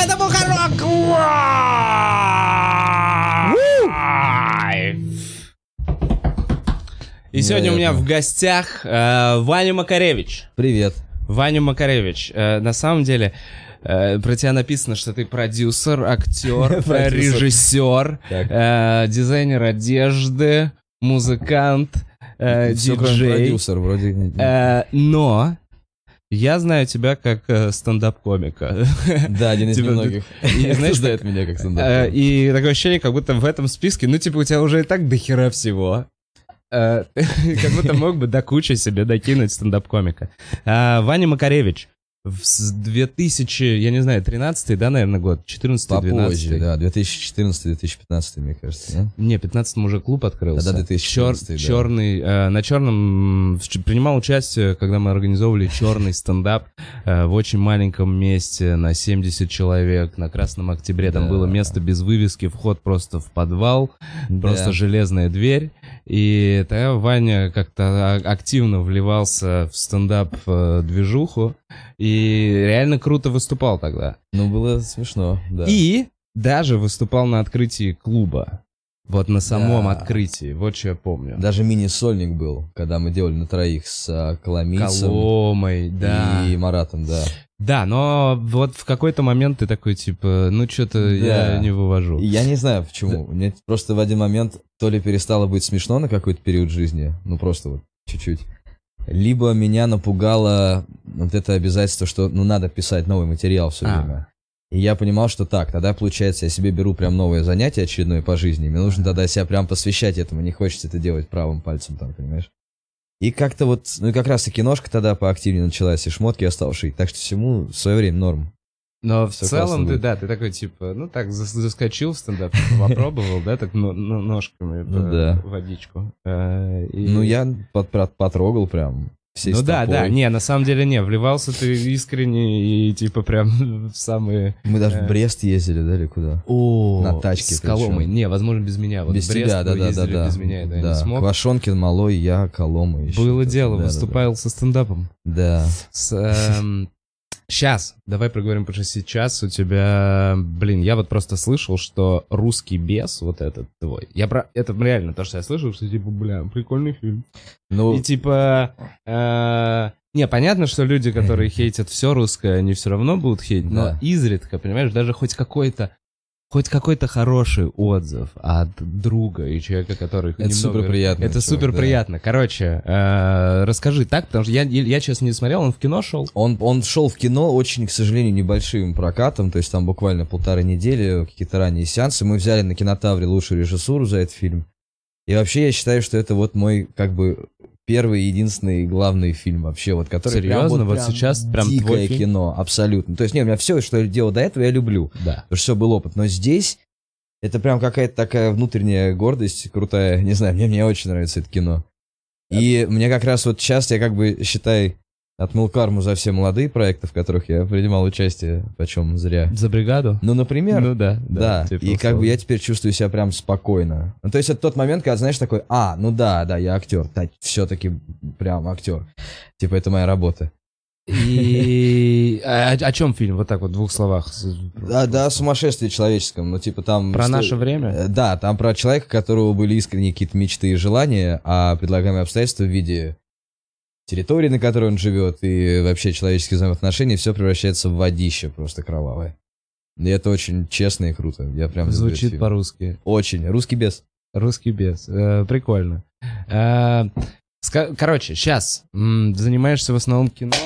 Это Бухарок Лайв! И сегодня у меня в гостях Ваня Макаревич. Привет. Ваня Макаревич, на самом деле, про тебя написано, что ты продюсер, актер, режиссер, дизайнер одежды, музыкант, диджей. Продюсер вроде. Но я знаю тебя как стендап-комика. Да, один из немногих. И знаешь, знает меня как стендап-комика. И такое ощущение, как будто в этом списке, ну, типа, у тебя уже и так дохера всего. Как будто мог бы до кучи себе докинуть стендап-комика. Ваня Макаревич. В 2000, я не знаю, 13-й, да, наверное, год? 14-й, 12-й? Попозже, да, 2014-2015, мне кажется, нет? Не, 15-м уже клуб открылся. Да, 2014-й, Черный, на черном, принимал участие, когда мы организовывали черный стендап в очень маленьком месте на 70 человек на Красном Октябре. Там было место без вывески, вход просто в подвал, просто железная дверь. И тогда Ваня как-то активно вливался в стендап-движуху. И реально круто выступал тогда. Ну, было смешно, да. И даже выступал на открытии клуба. Вот на самом открытии. Вот что я помню. Даже мини-сольник был, когда мы делали на троих с Коломийцем. Коломой, да. И Маратом, да. Да, но вот в какой-то момент ты такой, типа, ну что-то я не вывожу. Я не знаю почему. Мне просто в один момент то ли перестало быть смешно на какой-то период жизни, ну просто вот чуть-чуть. Либо меня напугало вот это обязательство, что ну надо писать новый материал все время. И я понимал, что так, тогда, получается, я себе беру прям новое занятие очередное по жизни. Мне нужно тогда себя прям посвящать этому, не хочется это делать правым пальцем там, понимаешь? И как-то вот, ну и как раз и киношка тогда поактивнее началась, и шмотки я стал шить. Так что всему в свое время норм. Но Всё в целом ты, будет. да, ты такой, типа, ну так, заскочил в стендап, попробовал, да, так ножками водичку. Ну я потрогал прям. Ну да, не, на самом деле не, вливался ты искренне и типа прям в самые... Мы даже в Брест ездили, да, или куда? На тачке. С Коломой. Не, возможно, без меня. Вот без в Брест тебя, да. без меня, я не смог. Квашонкин, Малой, я, Колома еще. Было дело, выступал со стендапом. Да. Сейчас, давай проговорим, потому что сейчас у тебя, я вот просто слышал, что «Русский бес», вот этот твой, это реально то, что я слышал, что типа, прикольный фильм. Ну, и типа, не, понятно, что люди, которые хейтят все русское, они все равно будут хейтить, но изредка, понимаешь, даже хоть какой-то хороший отзыв от друга и человека, который это супер приятно. Это супер приятно. Короче, расскажи так, потому что я честно не смотрел, он в кино шел? Он шел в кино очень, к сожалению, небольшим прокатом, то есть там буквально 1,5 недели, какие-то ранние сеансы. Мы взяли на Кинотавре лучшую режиссуру за этот фильм. И вообще я считаю, что это вот мой, как бы, первый и единственный главный фильм вообще, вот который серьезно, прям, вот сейчас прям дикое твой фильм? кино, абсолютно. То есть, не, у меня все, что я делал до этого, я люблю. Да. Потому что все был опыт. Но здесь это прям какая-то такая внутренняя гордость крутая. Не знаю, мне очень нравится это кино. И мне как раз вот сейчас я как бы, считай, отмыл карму за все молодые проекты, в которых я принимал участие, почем зря. За бригаду? Ну, например. Ну да. Типа, и как бы я теперь чувствую себя прям спокойно. Ну, то есть это тот момент, когда, знаешь, такой, ну да, я актер. Да, все-таки прям актер. Типа, это моя работа. И о чем фильм? Вот так вот в 2 словах. Да, о сумасшествии человеческом. Ну, типа там... Про наше время? Да, там про человека, у которого были искренние какие-то мечты и желания, а предлагаемые обстоятельства в виде территории, на которой он живет, и вообще человеческие взаимоотношения, все превращается в водище просто кровавое. И это очень честно и круто. Я прям звучит по-русски. Очень. Русский бес. Русский бес. Прикольно. Короче, сейчас занимаешься в основном кино.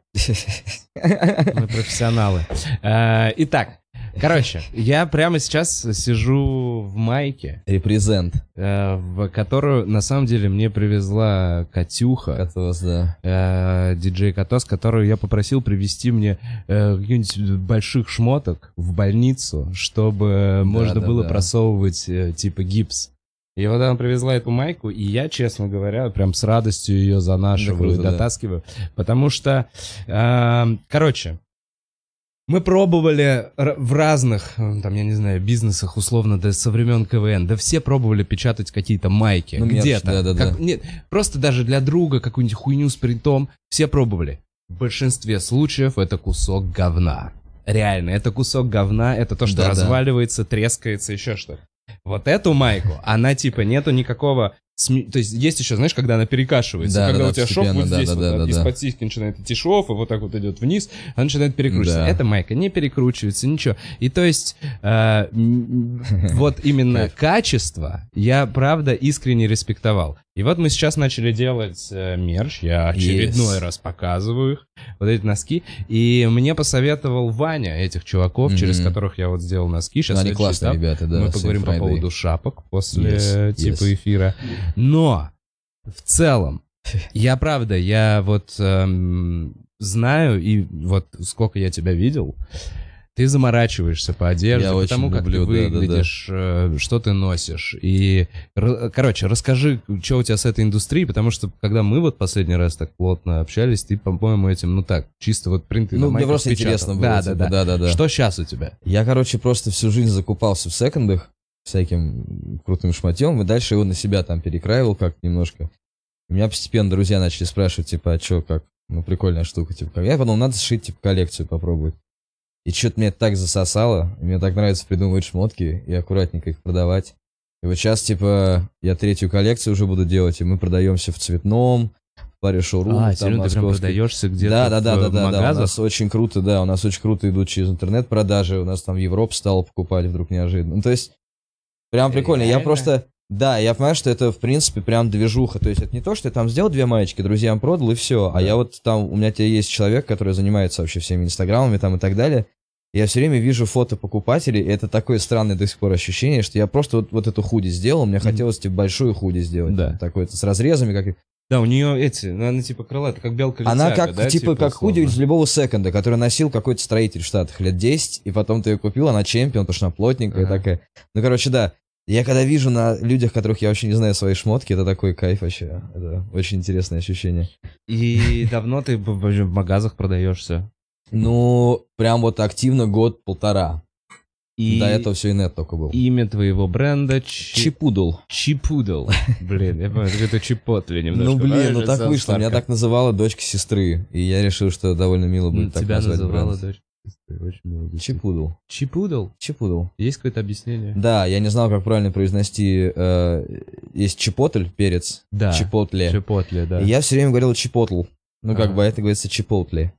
Мы профессионалы. Итак, короче, я прямо сейчас сижу в майке. Репрезент. В которую, на самом деле, мне привезла Катюха. Катос, да. Диджей Катос, которую я попросил привезти мне каких-нибудь больших шмоток в больницу, чтобы можно было просовывать, типа, гипс. И вот она привезла эту майку, и я, честно говоря, прям с радостью ее занашиваю, дотаскиваю. Потому что, короче, мы пробовали в разных, там, я не знаю, бизнесах, условно, да, со времен КВН, да все пробовали печатать какие-то майки. Ну, где-то. Нет, просто даже для друга какую-нибудь хуйню с принтом все пробовали. В большинстве случаев это кусок говна. реально, это кусок говна, это то, что разваливается, трескается, еще что-то. Вот эту майку, она типа нету никакого... То есть еще, знаешь, когда она перекашивается, когда у тебя шов вот здесь, из-под сиськи начинает идти шов, и вот так вот идет вниз, она начинает перекручиваться. Эта майка не перекручивается, ничего. И то есть вот именно качество я, правда, искренне респектовал. И вот мы сейчас начали делать мерч, я очередной раз показываю их, вот эти носки, и мне посоветовал Ваня этих чуваков, через которых я вот сделал носки. Сейчас они классные ребята, да. Мы поговорим по поводу шапок после типа эфира. Но в целом, я правда, я вот знаю, и вот сколько я тебя видел, ты заморачиваешься по одежде, по тому, как ты выглядишь, что ты носишь. И, короче, расскажи, что у тебя с этой индустрией, потому что, когда мы вот последний раз так плотно общались, ты, по-моему, этим, ну так, чисто вот принты на майках мне просто интересно было. Да. Что сейчас у тебя? Я, короче, просто всю жизнь закупался в секондах всяким крутым шматьем, и дальше его на себя там перекраивал как немножко. У меня постепенно друзья начали спрашивать, типа, а что, как? Ну, прикольная штука, типа, как? Я подумал, надо сшить, типа, коллекцию попробовать. И что-то меня так засосало, и мне так нравится придумывать шмотки и аккуратненько их продавать. И вот сейчас, типа, я 3-ю коллекцию уже буду делать, и мы продаемся в Цветном, в паре шоурумов. Серьезно, ты прям продаешься где-то в магазах? У нас очень круто, у нас очень круто идут через интернет-продажи, у нас там Европа стала покупать вдруг неожиданно. Ну, то есть, прям прикольно. Я просто... Да, я понимаю, что это, в принципе, прям движуха. То есть это не то, что я там сделал 2 маечки, друзьям продал, и все. А я вот там, у меня есть человек, который занимается вообще всеми инстаграмами там и так далее. Я все время вижу фото покупателей, и это такое странное до сих пор ощущение, что я просто вот эту худи сделал, мне хотелось, типа, большую худи сделать. Да. Такой-то с разрезами, как... Да, у нее она типа крылатая, как белка она как, да, типа как худи из любого секонда, который носил какой-то строитель в Штатах лет 10, и потом ты ее купил, она чемпион, потому что она плотненькая такая. Ну, короче, да. Я когда вижу на людях, которых я вообще не знаю свои шмотки, это такой кайф вообще. Это очень интересное ощущение. И давно ты в магазах продаешься? Ну, прям вот активно 1.5 года. И до этого все инет только был. Имя твоего бренда Чипудл. Чипудл. Блин, я понял, это чипотли немножко. Ну, блин, ну так вышло. Меня так называла дочка сестры. И я решил, что довольно мило будет так назвать бренд. Тебя называла дочка сестры, очень мило. Чипудл. Чипудл? Чипудл. Есть какое-то объяснение? Да, я не знал, как правильно произнести. Есть чипотль, перец. Да. Чипотле. Чипотле, да. И я все время говорил чипотл. Ну, как бы, это говорится чипотле.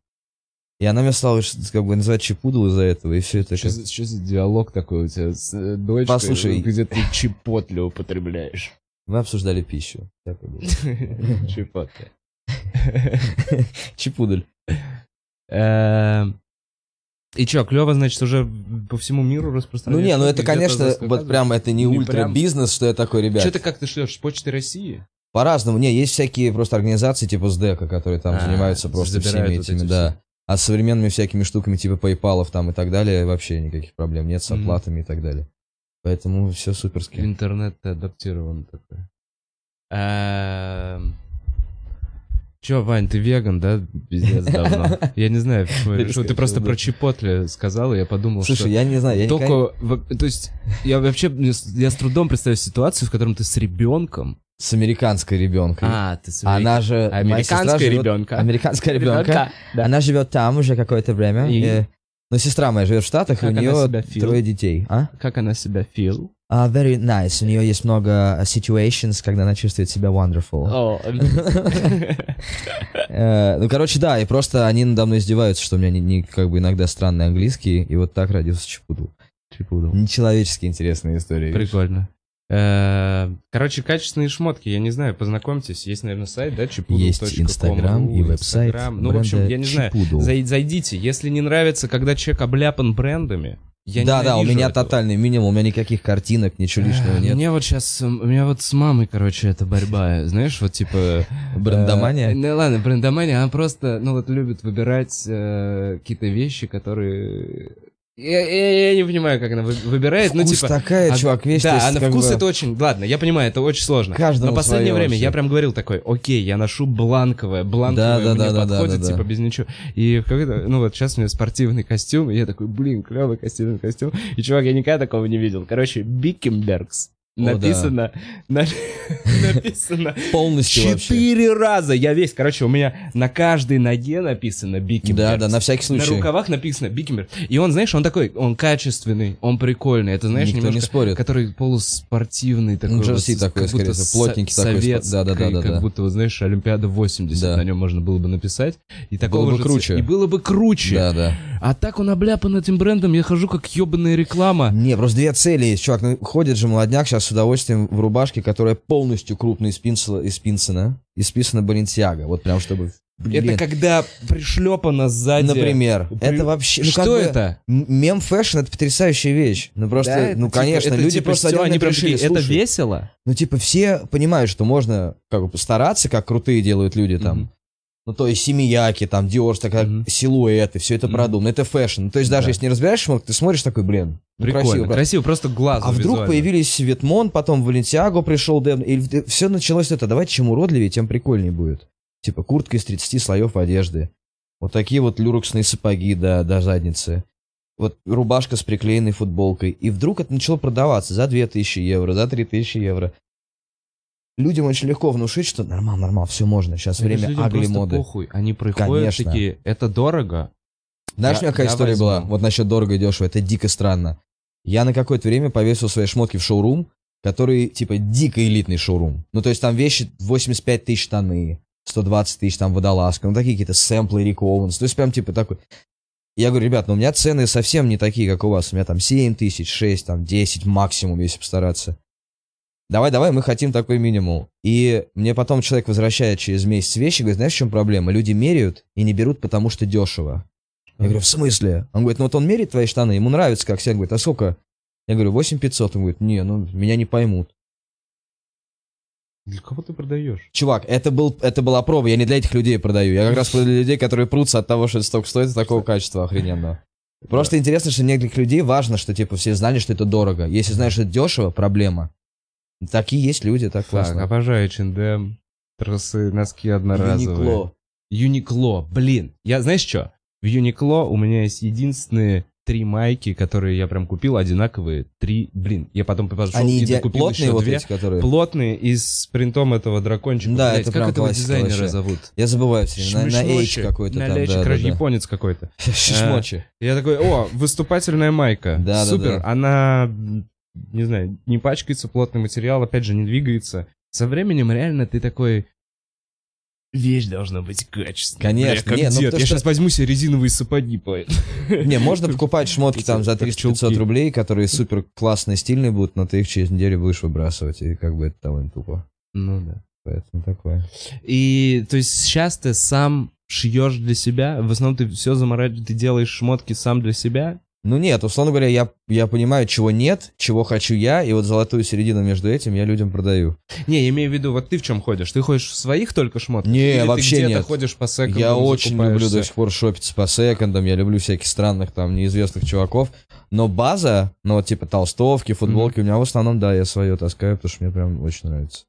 И она меня стала как бы называть Чипудл из-за этого, и все это... Что за диалог такой у тебя с дочкой, послушай, где ты чипотли употребляешь? Мы обсуждали пищу. Чипотли. Чипудль. И чё, клёво, значит, уже по всему миру распространяется? Ну не, ну это, конечно, вот прям это не ультра-бизнес, что я такой, ребят. Что ты как ты шлёшь, с Почты России? По-разному. Не, есть всякие просто организации типа СДЭКа, которые там занимаются просто всеми этими, да. А с современными всякими штуками типа PayPal'ов там и так далее вообще никаких проблем нет с оплатами и так далее. Поэтому все суперски. Интернет адаптирован такой. Чё, Вань, ты веган, да? Пиздец, давно. Я не знаю, почему ты просто про чипотли сказал, и я подумал, что... Слушай, я не знаю, я только... То есть, я вообще... Я с трудом представляю ситуацию, в которой ты с ребенком... С американской ребенкой. Ты с Она же... Американская ребенка. Американская ребенка. Да. Она живет там уже какое-то время. Но сестра моя живет в Штатах, и у нее 3 детей. Как она себя feel? Very nice. У нее есть много situations, когда она чувствует себя wonderful. Ну, короче, да, и просто они надо мной издеваются, что у меня как бы иногда странный английский, и вот так родился Чипудл. Нечеловечески интересная история. Прикольно. Короче, качественные шмотки, я не знаю, познакомьтесь, есть, наверное, сайт, да, чипудл.com. Есть Инстаграм и веб-сайт. Ну, в общем, я не знаю, зайдите, если не нравится, когда человек обляпан брендами, да, у меня тотальный минимум, у меня никаких картинок, ничего лишнего нет. У меня вот с мамой, короче, это борьба, знаешь, вот типа... Брендомания? Ну ладно, брендомания, она просто, ну вот любит выбирать какие-то вещи, которые... Я не понимаю, как она выбирает. Вкус ну, типа, такая, чувак, вещь. Да, на вкус это очень... Ладно, я понимаю, это очень сложно. Каждому но в последнее свое время вообще. я прям говорил такой, окей, я ношу бланковое мне подходит, типа, без ничего. И ну вот сейчас у меня спортивный костюм, и я такой, блин, клевый костюм. И, чувак, я никогда такого не видел. Короче, Бикенбергс. написано полностью 4 раза. Я весь, короче, у меня на каждой ноге написано Бикенберг. Да, на всякий случай. На рукавах написано Бикенберг. И он, знаешь, он такой, он качественный, он прикольный. Это, знаешь, никто немножко, не спорит. Который полуспортивный такой. Джерси такой, скорее всего, плотненький такой. Советский, как будто, вот, знаешь, Олимпиада 80 на нем можно было бы написать. И такого было бы круче. И было бы круче. Да. А так он обляпан этим брендом, я хожу как ёбаная реклама. Не, просто две цели есть, чувак. Ну, ходит же молодняк сейчас с удовольствием в рубашке, которая полностью крупно исписана Balenciaga. Вот прям чтобы... Блин. Это когда пришлепано сзади. Например. Это вообще... Ну, что это? Мем фэшн — это потрясающая вещь. Ну просто, да, конечно, это, люди просто все, они пришли, это весело? Ну типа все понимают, что можно как бы постараться, как крутые делают люди там. Ну, то есть семияки, там, Dior, такая силуэты, все это продумано, это фэшн. Ну, то есть даже если не разбираешь, ты смотришь такой, блин, ну, прикольно, красиво, просто глазу. А вдруг визуально. появились Ветмон, потом Balenciaga пришел, и все началось это, давайте чем уродливее, тем прикольнее будет. Типа куртка из 30 слоев одежды. Вот такие вот люрексные сапоги до задницы. Вот рубашка с приклеенной футболкой. И вдруг это начало продаваться за 2000 евро, за 3000 евро. Людям очень легко внушить, что нормально, все можно. Сейчас время агли-моды. Похуй. Они приходят такие, это дорого. Знаешь, у меня какая история была? Вот насчет дорого и дешево. Это дико странно. Я на какое-то время повесил свои шмотки в шоурум, который, типа, дико элитный шоурум. Ну, то есть там вещи 85 тысяч штаны, 120 тысяч там водолазка, ну, такие какие-то сэмплы, Рик Оуэнс. То есть прям, типа, такой... Я говорю, ребят, ну, у меня цены совсем не такие, как у вас. У меня там 7 тысяч, 6, там, 10 максимум, если постараться. Давай, мы хотим такой минимум. И мне потом человек возвращает через месяц вещи, говорит, знаешь, в чем проблема? Люди меряют и не берут, потому что дешево. Я говорю, в смысле? Он говорит, ну вот он меряет твои штаны, ему нравится, как все. Он говорит, а сколько? Я говорю, 8500. Он говорит, не, ну меня не поймут. Для кого ты продаешь? Чувак, это была проба, я не для этих людей продаю. Я как раз продаю для людей, которые прутся от того, что это столько стоит, такого качества охрененного. Просто интересно, что некоторых людей важно, что типа все знали, что это дорого. Если знаешь, что это дешево, проблема. Такие есть люди, так классно. Так, обожаю H&M, трусы, носки одноразовые. Юникло, блин. Знаешь что? В Юникло у меня есть единственные 3 майки, которые я прям купил, одинаковые. 3, блин. Я потом пошел и купил плотные еще вот 2. Эти, которые... Плотные и с принтом этого дракончика. Да, блядь, это как прям этого классика дизайнера вообще. зовут? Я забываю все время. На H какой-то на там. H, короче, японец какой-то. Шишмочи. Я такой, выступательная майка. Да, супер. Да. Она, не знаю, не пачкается, плотный материал, опять же, не двигается. Со временем реально ты такой... Вещь должна быть качественной. Конечно. Бля, как дед. Я сейчас возьму себе резиновые сапоги. Не, можно покупать шмотки там за 300-500 рублей, которые супер классные, стильные будут, но ты их через неделю будешь выбрасывать, и как бы это довольно тупо. Ну да. Поэтому такое. И, то есть, сейчас ты сам шьешь для себя? В основном ты все заморачиваешь, ты делаешь шмотки сам для себя? Ну нет, условно говоря, я понимаю, чего нет, чего хочу я, и вот золотую середину между этим я людям продаю. Не, я имею в виду, вот ты в чем ходишь? Ты ходишь в своих только шмотках? Не, или вообще ты где-то нет. Ходишь по секондам? Я очень люблю до сих пор шопиться по секондам, я люблю всяких странных там неизвестных чуваков, но база, ну вот типа толстовки, футболки, у меня в основном, да, я свое таскаю, потому что мне прям очень нравится.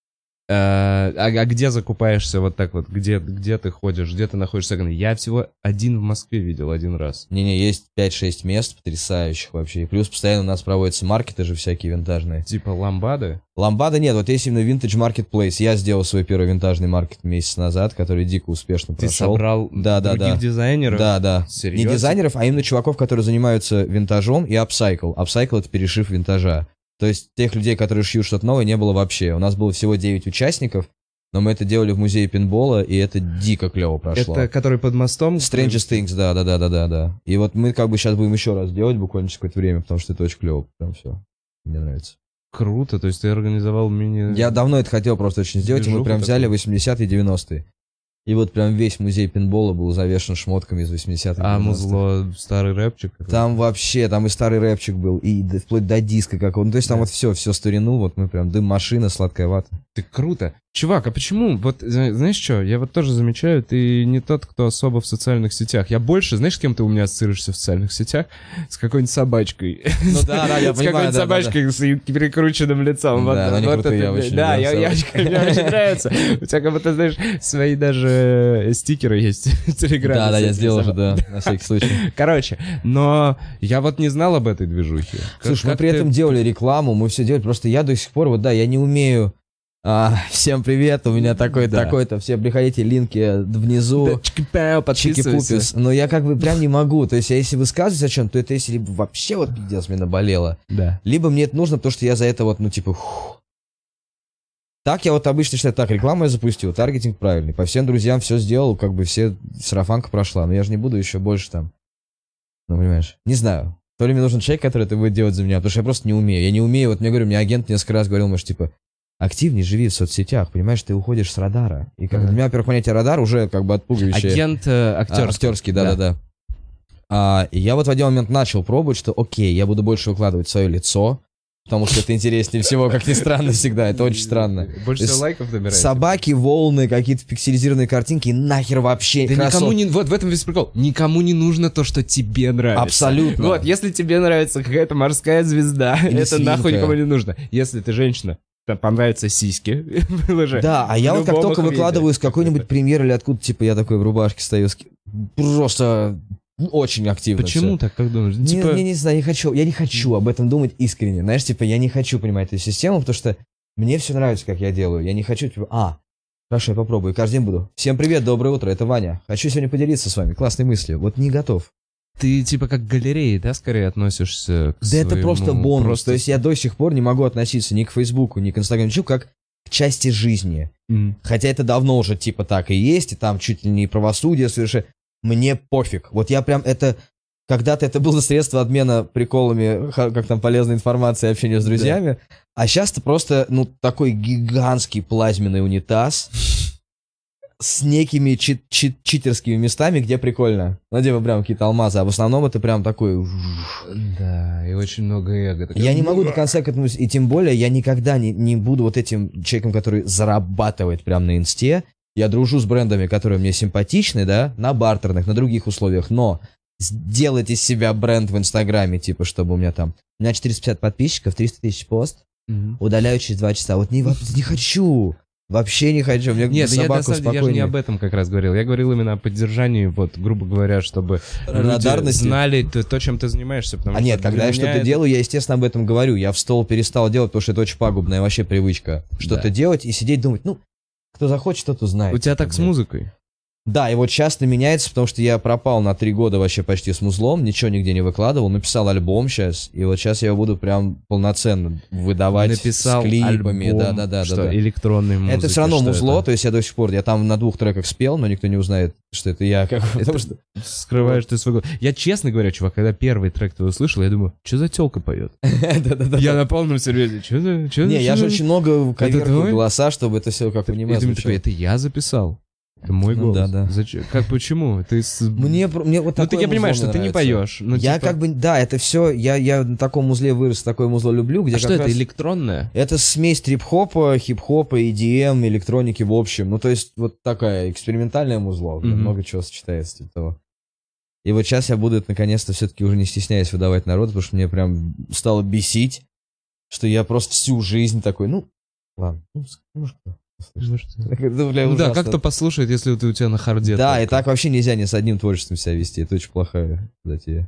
А где закупаешься вот так вот? Где ты ходишь? Где ты находишься? Я всего один в Москве видел один раз. Не-не, есть 5-6 мест потрясающих вообще. И плюс постоянно у нас проводятся маркеты же всякие винтажные. Типа ламбады? Ламбада нет, вот есть именно Vintage Marketplace. Я сделал свой первый винтажный маркет месяц назад, который дико успешно прошел. Ты собрал других дизайнеров? Да. Серьезно? Не дизайнеров, а именно чуваков, которые занимаются винтажом и апсайкл. Апсайкл — это перешив винтажа. То есть тех людей, которые шьют что-то новое, не было вообще. У нас было всего 9 участников, но мы это делали в музее пинбола, и это дико клево прошло. Это который под мостом? Strangest Things, да. И вот мы как бы сейчас будем еще раз делать буквально через какое-то время, потому что это очень клево. Прям все. Мне нравится. Круто, то есть ты организовал мини... Я давно это хотел просто очень сделать, и мы прям взяли 80-е и 90-е. И вот прям весь музей пинбола был завешен шмотками из 80-х. А музло, старый рэпчик? Там вообще, там и старый рэпчик был, и вплоть до диска какого-то. Ну, то есть там вот все старину, вот мы прям дым-машина, сладкая вата. Ты круто. Чувак, а почему? Вот, знаешь что, я вот тоже замечаю, ты не тот, кто особо в социальных сетях. Я больше, знаешь, с кем ты у меня ассоциируешься в социальных сетях? С какой-нибудь собачкой. Ну да, я понимаю. С какой-нибудь собачкой с перекрученным лицом. Да, они крутые очень. Да, мне очень нравится. У тебя как будто, знаешь, свои даже стикеры есть в Телеграме. Да, я сделал уже, да, на всякий случай. Короче, но я вот не знал об этой движухе. Слушай, мы при этом делали рекламу, мы все делали, просто я до сих пор, вот да, я не умею. Всем привет, у меня такой-то, все приходите, линки внизу. Подписывайся. Но я как бы прям не могу, то есть я если высказываюсь о чем, то это если либо вообще вот пиздец мне наболело, да. Либо мне это нужно, потому что я за это вот, ну типа, Так я вот обычно считаю, так, рекламу я запустил, таргетинг правильный, по всем друзьям все сделал, как бы все, сарафанка прошла, но я же не буду еще больше там, ну понимаешь, не знаю. То ли мне нужен человек, который это будет делать за меня, потому что я просто не умею. Я не умею, вот мне говорю, мне агент несколько раз говорил, может, типа, активнее живи в соцсетях, понимаешь, ты уходишь с радара. И как для меня, во-первых, понятие радар уже как бы отпугивающее. Агент актерский. Актерский, да. И я вот в один момент начал пробовать, что окей, я буду больше выкладывать свое лицо, потому что это интереснее всего, как ни странно всегда, это очень странно. Больше всего лайков набирает. Собаки, волны, какие-то пикселизированные картинки, нахер вообще. Да никому не... Вот в этом весь прикол. Никому не нужно то, что тебе нравится. Абсолютно. Вот, если тебе нравится какая-то морская звезда, или это свинка. Нахуй никому не нужно. Если ты женщина, тебе понравятся сиськи, выложи. Да, а я вот как только выкладываю с какой-нибудь премьеры или откуда, типа, я такой в рубашке стою, просто... Очень активно. Почему так, как думаешь? Не знаю, я не хочу об этом думать искренне. Знаешь, типа, я не хочу понимать эту систему, потому что мне все нравится, как я делаю. Я не хочу, типа, хорошо, я попробую, каждый день буду. Всем привет, доброе утро, это Ваня. Хочу сегодня поделиться с вами классной мыслью. Вот не готов. Ты, типа, как к галерее, да, скорее относишься к своему... это просто бонус. То есть я до сих пор не могу относиться ни к Фейсбуку, ни к Инстаграму, как к части жизни. Хотя это давно уже, типа, так и есть, и там чуть ли не правосудие совершенно... Мне пофиг. Вот я прям это... Когда-то это было средство обмена приколами, как там полезной информацией, общения с друзьями. Да. А сейчас это просто, такой гигантский плазменный унитаз с некими читерскими местами, где прикольно. Где прям какие-то алмазы. А в основном это прям такой... Да, и очень много эго. Я не могу до конца к этому... И тем более я никогда не буду вот этим человеком, который зарабатывает прям на инсте. Я дружу с брендами, которые мне симпатичны, да, на бартерных, на других условиях, но сделать из себя бренд в Инстаграме, типа, чтобы у меня 450 подписчиков, 300 тысяч пост, удаляю через 2 часа. Вот не хочу, вообще не хочу. Мне Нет, я же не об этом как раз говорил. Я говорил именно о поддержании, вот, грубо говоря, чтобы люди знали то, чем ты занимаешься. Нет, когда я что-то делаю, я, естественно, об этом говорю. Я в стол перестал делать, потому что это очень пагубная вообще привычка. Что-то делать и сидеть думать, кто захочет, тот узнает. У тебя так с музыкой? Да, и вот часто меняется, потому что я пропал на 3 года вообще почти с музлом, ничего нигде не выкладывал, написал альбом сейчас, и вот сейчас я его буду прям полноценно выдавать с клипами. Альбом, да. Электронной музыки. Это все равно музло, то есть я до сих пор, я там на 2 треках спел, но никто не узнает, что это я. Потому что скрываешь ты свой голос. Я, честно говоря, чувак, когда первый трек твой услышал, я думаю, что за тёлка поет? Я на полном серьезе, что за... Не, я же очень много коверкаю голоса, чтобы это все как аниме звучало. Это я записал. Это мой голос. Да. Зачем? Почему? Мне вот такое я понимаю, что ты не поешь. Я это все, я на таком музле вырос, такое музло люблю. Где что это, электронное? Это смесь трип-хопа, хип-хопа, EDM, электроники в общем. То есть вот такая экспериментальное музло, много чего сочетается типа того. И вот сейчас я буду это наконец-то все-таки уже не стесняясь выдавать народу, потому что мне прям стало бесить, что я просто всю жизнь такой, ладно, может кто. Да, как кто послушает, если у тебя на харде. Да, и так вообще нельзя ни с одним творчеством себя вести. Это очень плохая затея.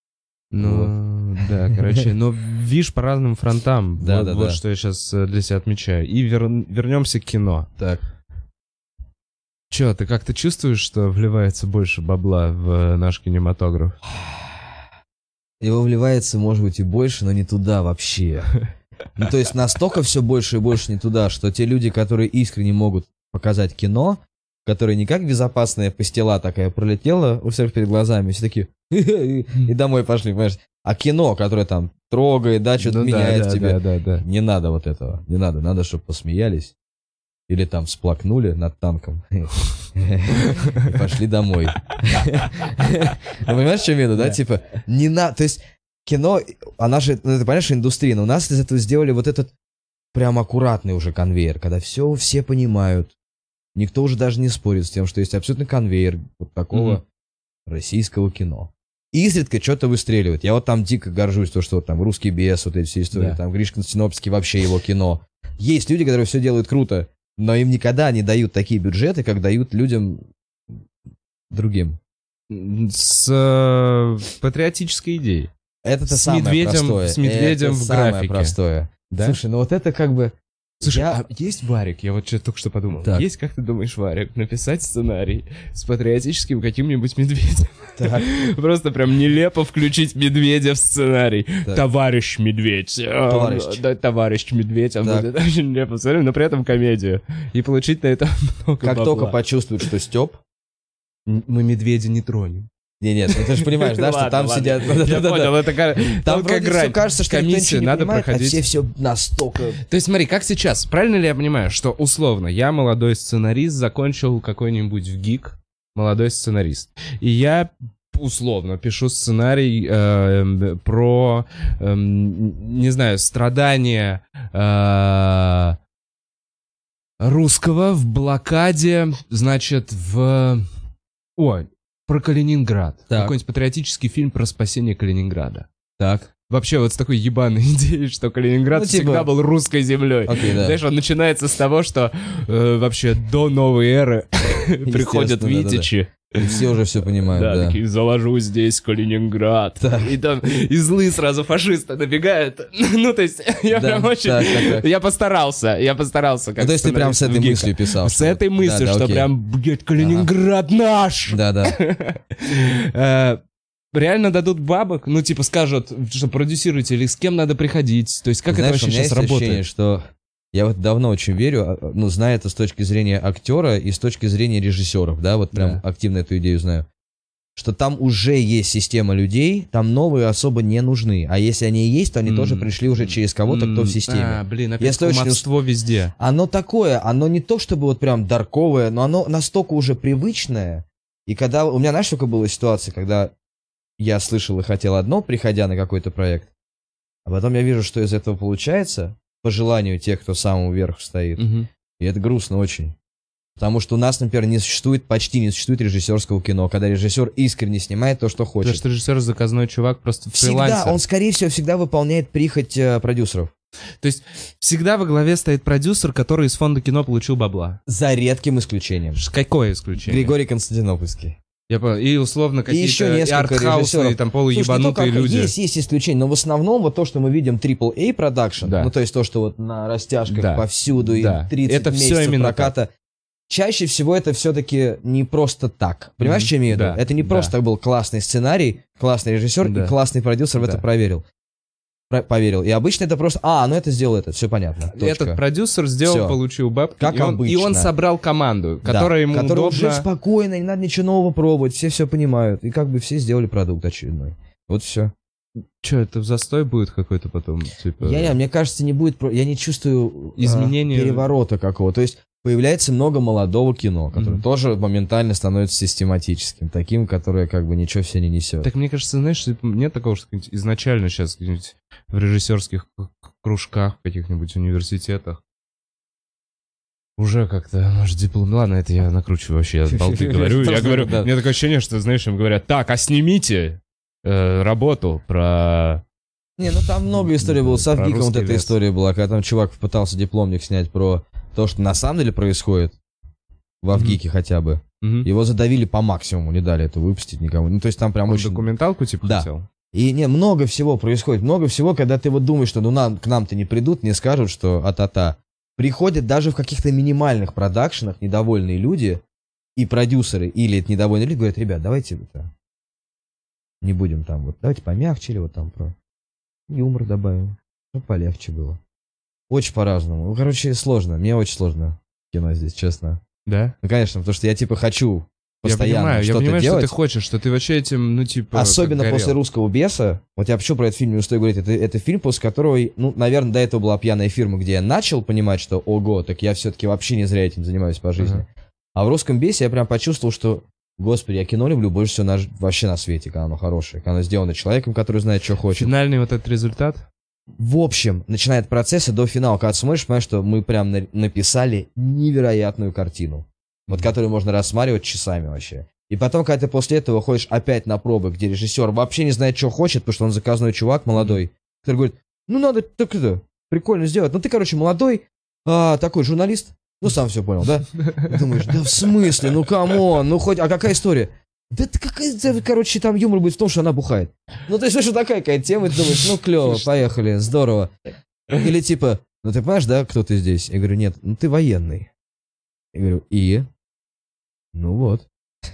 Да, короче, но видишь по разным фронтам. Вот что я сейчас для себя отмечаю. И вернемся к кино. Так. Че, ты как-то чувствуешь, что вливается больше бабла в наш кинематограф? Его вливается, может быть, и больше, но не туда вообще. То есть настолько все больше и больше не туда, что те люди, которые искренне могут показать кино, которые не как безопасная пастила такая пролетела у всех перед глазами, все такие и домой пошли, понимаешь? А кино, которое там трогает, что-то меняет тебя, не надо вот этого, не надо, чтобы посмеялись или там всплакнули над танком и пошли домой. Понимаешь, что я имею в виду, да? Типа, не надо, то есть кино, она же, ты понимаешь, индустрия, но у нас из этого сделали вот этот прям аккуратный уже конвейер, когда все понимают, никто уже даже не спорит с тем, что есть абсолютно конвейер вот такого российского кино. Изредка что-то выстреливает. Я вот там дико горжусь, то, что вот там «Русский бес», вот эти все истории, там Гриш Константиновский, вообще его кино. Есть люди, которые все делают круто, но им никогда не дают такие бюджеты, как дают людям другим. С патриотической идеей. Это-то самое простое. С медведем в самое графике. Простое. Да? Слушай, ну вот это как бы... Слушай, а есть варик? Я вот только что подумал. Так. Есть, как ты думаешь, варик, написать сценарий с патриотическим каким-нибудь медведем? Так. Просто прям нелепо включить медведя в сценарий. Так. Товарищ медведь. Товарищ медведь. Он будет очень нелепо в сценарий, но при этом комедию. И получить на это много Как бабла. только почувствуют, что Степ... Мы медведя не тронем. Нет, ну ты же понимаешь, да, что там сидят... Я понял, это Там вроде все кажется, что никто ничего не надо понимает, проходить. а все настолько... То есть смотри, как сейчас, правильно ли я понимаю, что условно я молодой сценарист, закончил какой-нибудь ВГИК, молодой сценарист, и я условно пишу сценарий про, не знаю, страдания русского в блокаде, значит, про Калининград. Так. Какой-нибудь патриотический фильм про спасение Калининграда. Так. Вообще вот с такой ебаной идеей, что Калининград всегда был русской землей. Окей, да. Знаешь, он начинается с того, что вообще до новой эры приходят витичи. И все уже все понимают, да. Такие, заложу здесь Калининград. Так. И там и злые сразу фашисты набегают. Ну, то есть, я прям очень... Так. Я постарался. Как То есть ты прям с этой мыслью писал? С этой мыслью, что окей. прям, блядь, Калининград наш! Да. Реально дадут бабок? Ну, типа, скажут, что продюсируете, или с кем надо приходить? То есть, как Знаешь, это вообще у меня сейчас есть ощущение, работает? что я вот давно очень верю, ну, зная это с точки зрения актера и с точки зрения режиссеров, да, вот прям активно эту идею знаю, что там уже есть система людей, там новые особо не нужны, а если они и есть, то они тоже пришли уже через кого-то, кто в системе. Блин, опять кумовство везде. Оно такое, оно не то чтобы вот прям дарковое, но оно настолько уже привычное, и когда... У меня, знаешь, сколько была ситуация, когда я слышал и хотел одно, приходя на какой-то проект, а потом я вижу, что из этого получается, по желанию тех, кто самому верху стоит. И это грустно очень. Потому что у нас, например, почти не существует режиссерского кино, когда режиссер искренне снимает то, что хочет. Потому что режиссер заказной чувак, просто фрилансер. Всегда, он, скорее всего, всегда выполняет прихоть продюсеров. То есть всегда во главе стоит продюсер, который из фонда кино получил бабла. За редким исключением. Какое исключение? Григорий Константинопольский. Я понял. И условно какие-то еще несколько артхаусные, там полуебанутые люди. Есть исключения, но в основном вот то, что мы видим AAA продакшн, ну то есть то, что вот на растяжках повсюду и 30 это месяцев все именно проката, чаще всего это все-таки не просто так. Понимаешь, что я имею в виду? Это не просто был классный сценарий, классный режиссер и классный продюсер в это поверил. И обычно это просто, ну это сделал это, все понятно. Точка. Этот продюсер сделал, Всё. получил бабки, как и он собрал команду, которая ему которая удобно... уже спокойно, не надо ничего нового пробовать, все понимают. И как бы все сделали продукт очередной. Вот все. Че, это застой будет какой-то потом? Типа... Мне кажется, не будет, я не чувствую изменения, переворота какого. То есть появляется много молодого кино, которое тоже моментально становится систематическим, таким, которое как бы ничего все не несет. Так мне кажется, знаешь, нет такого, что изначально сейчас где-нибудь в режиссерских кружках, в каких-нибудь университетах уже как-то, может, диплом... Ладно, это я накручиваю вообще, я болты говорю. Я говорю, у меня такое ощущение, что, знаешь, им говорят, так, а снимите работу про... Не, ну там много историй было, с Авгиком вот эта история была, когда там чувак пытался дипломник снять про то, что на самом деле происходит в Авгике хотя бы. Его задавили по максимуму, не дали это выпустить никому. Ну, то есть там прям он очень... документалку типа хотел? И много всего происходит, много всего, когда ты вот думаешь, что к нам-то не придут, не скажут, что а-та-та. Приходят даже в каких-то минимальных продакшенах недовольные люди и продюсеры, или это недовольные люди, говорят, ребят, давайте это не будем там, вот давайте помягче, или вот там про юмор добавим, чтобы полегче было. Очень по-разному. Ну, короче, сложно, мне очень сложно кино здесь, честно. Да? Ну, конечно, потому что я типа хочу постоянно я понимаю, делать. что ты хочешь, что ты вообще этим, ну, типа... Особенно после «Русского беса». Вот я почему про этот фильм не устаю говорить. Это фильм, после которого, ну, наверное, до этого была «Пьяная фирма», где я начал понимать, что, ого, так я все-таки вообще не зря этим занимаюсь по жизни. А в «Русском бесе» я прям почувствовал, что, господи, я кино люблю больше всего вообще на свете, когда оно хорошее. Когда оно сделано человеком, который знает, что хочет. Финальный вот этот результат? в общем, начинает процесс и до финала, когда смотришь, понимаешь, что мы прям написали невероятную картину, вот которую можно рассматривать часами вообще. И потом, когда ты после этого ходишь опять на пробы, где режиссер вообще не знает, что хочет, потому что он заказной чувак молодой, который говорит, ну надо так это, прикольно сделать. Ну ты, короче, молодой, такой журналист, ну сам все понял, да? И думаешь, да в смысле, ну камон, ну хоть, а какая история? Да это какая-то, короче, там юмор будет в том, что она бухает. Ну то есть, что такая какая-то тема, и ты думаешь, ну клево, поехали, здорово. Или типа, ну ты понимаешь, да, кто ты здесь? Я говорю, нет, ну ты военный. Я говорю, и? Ну вот.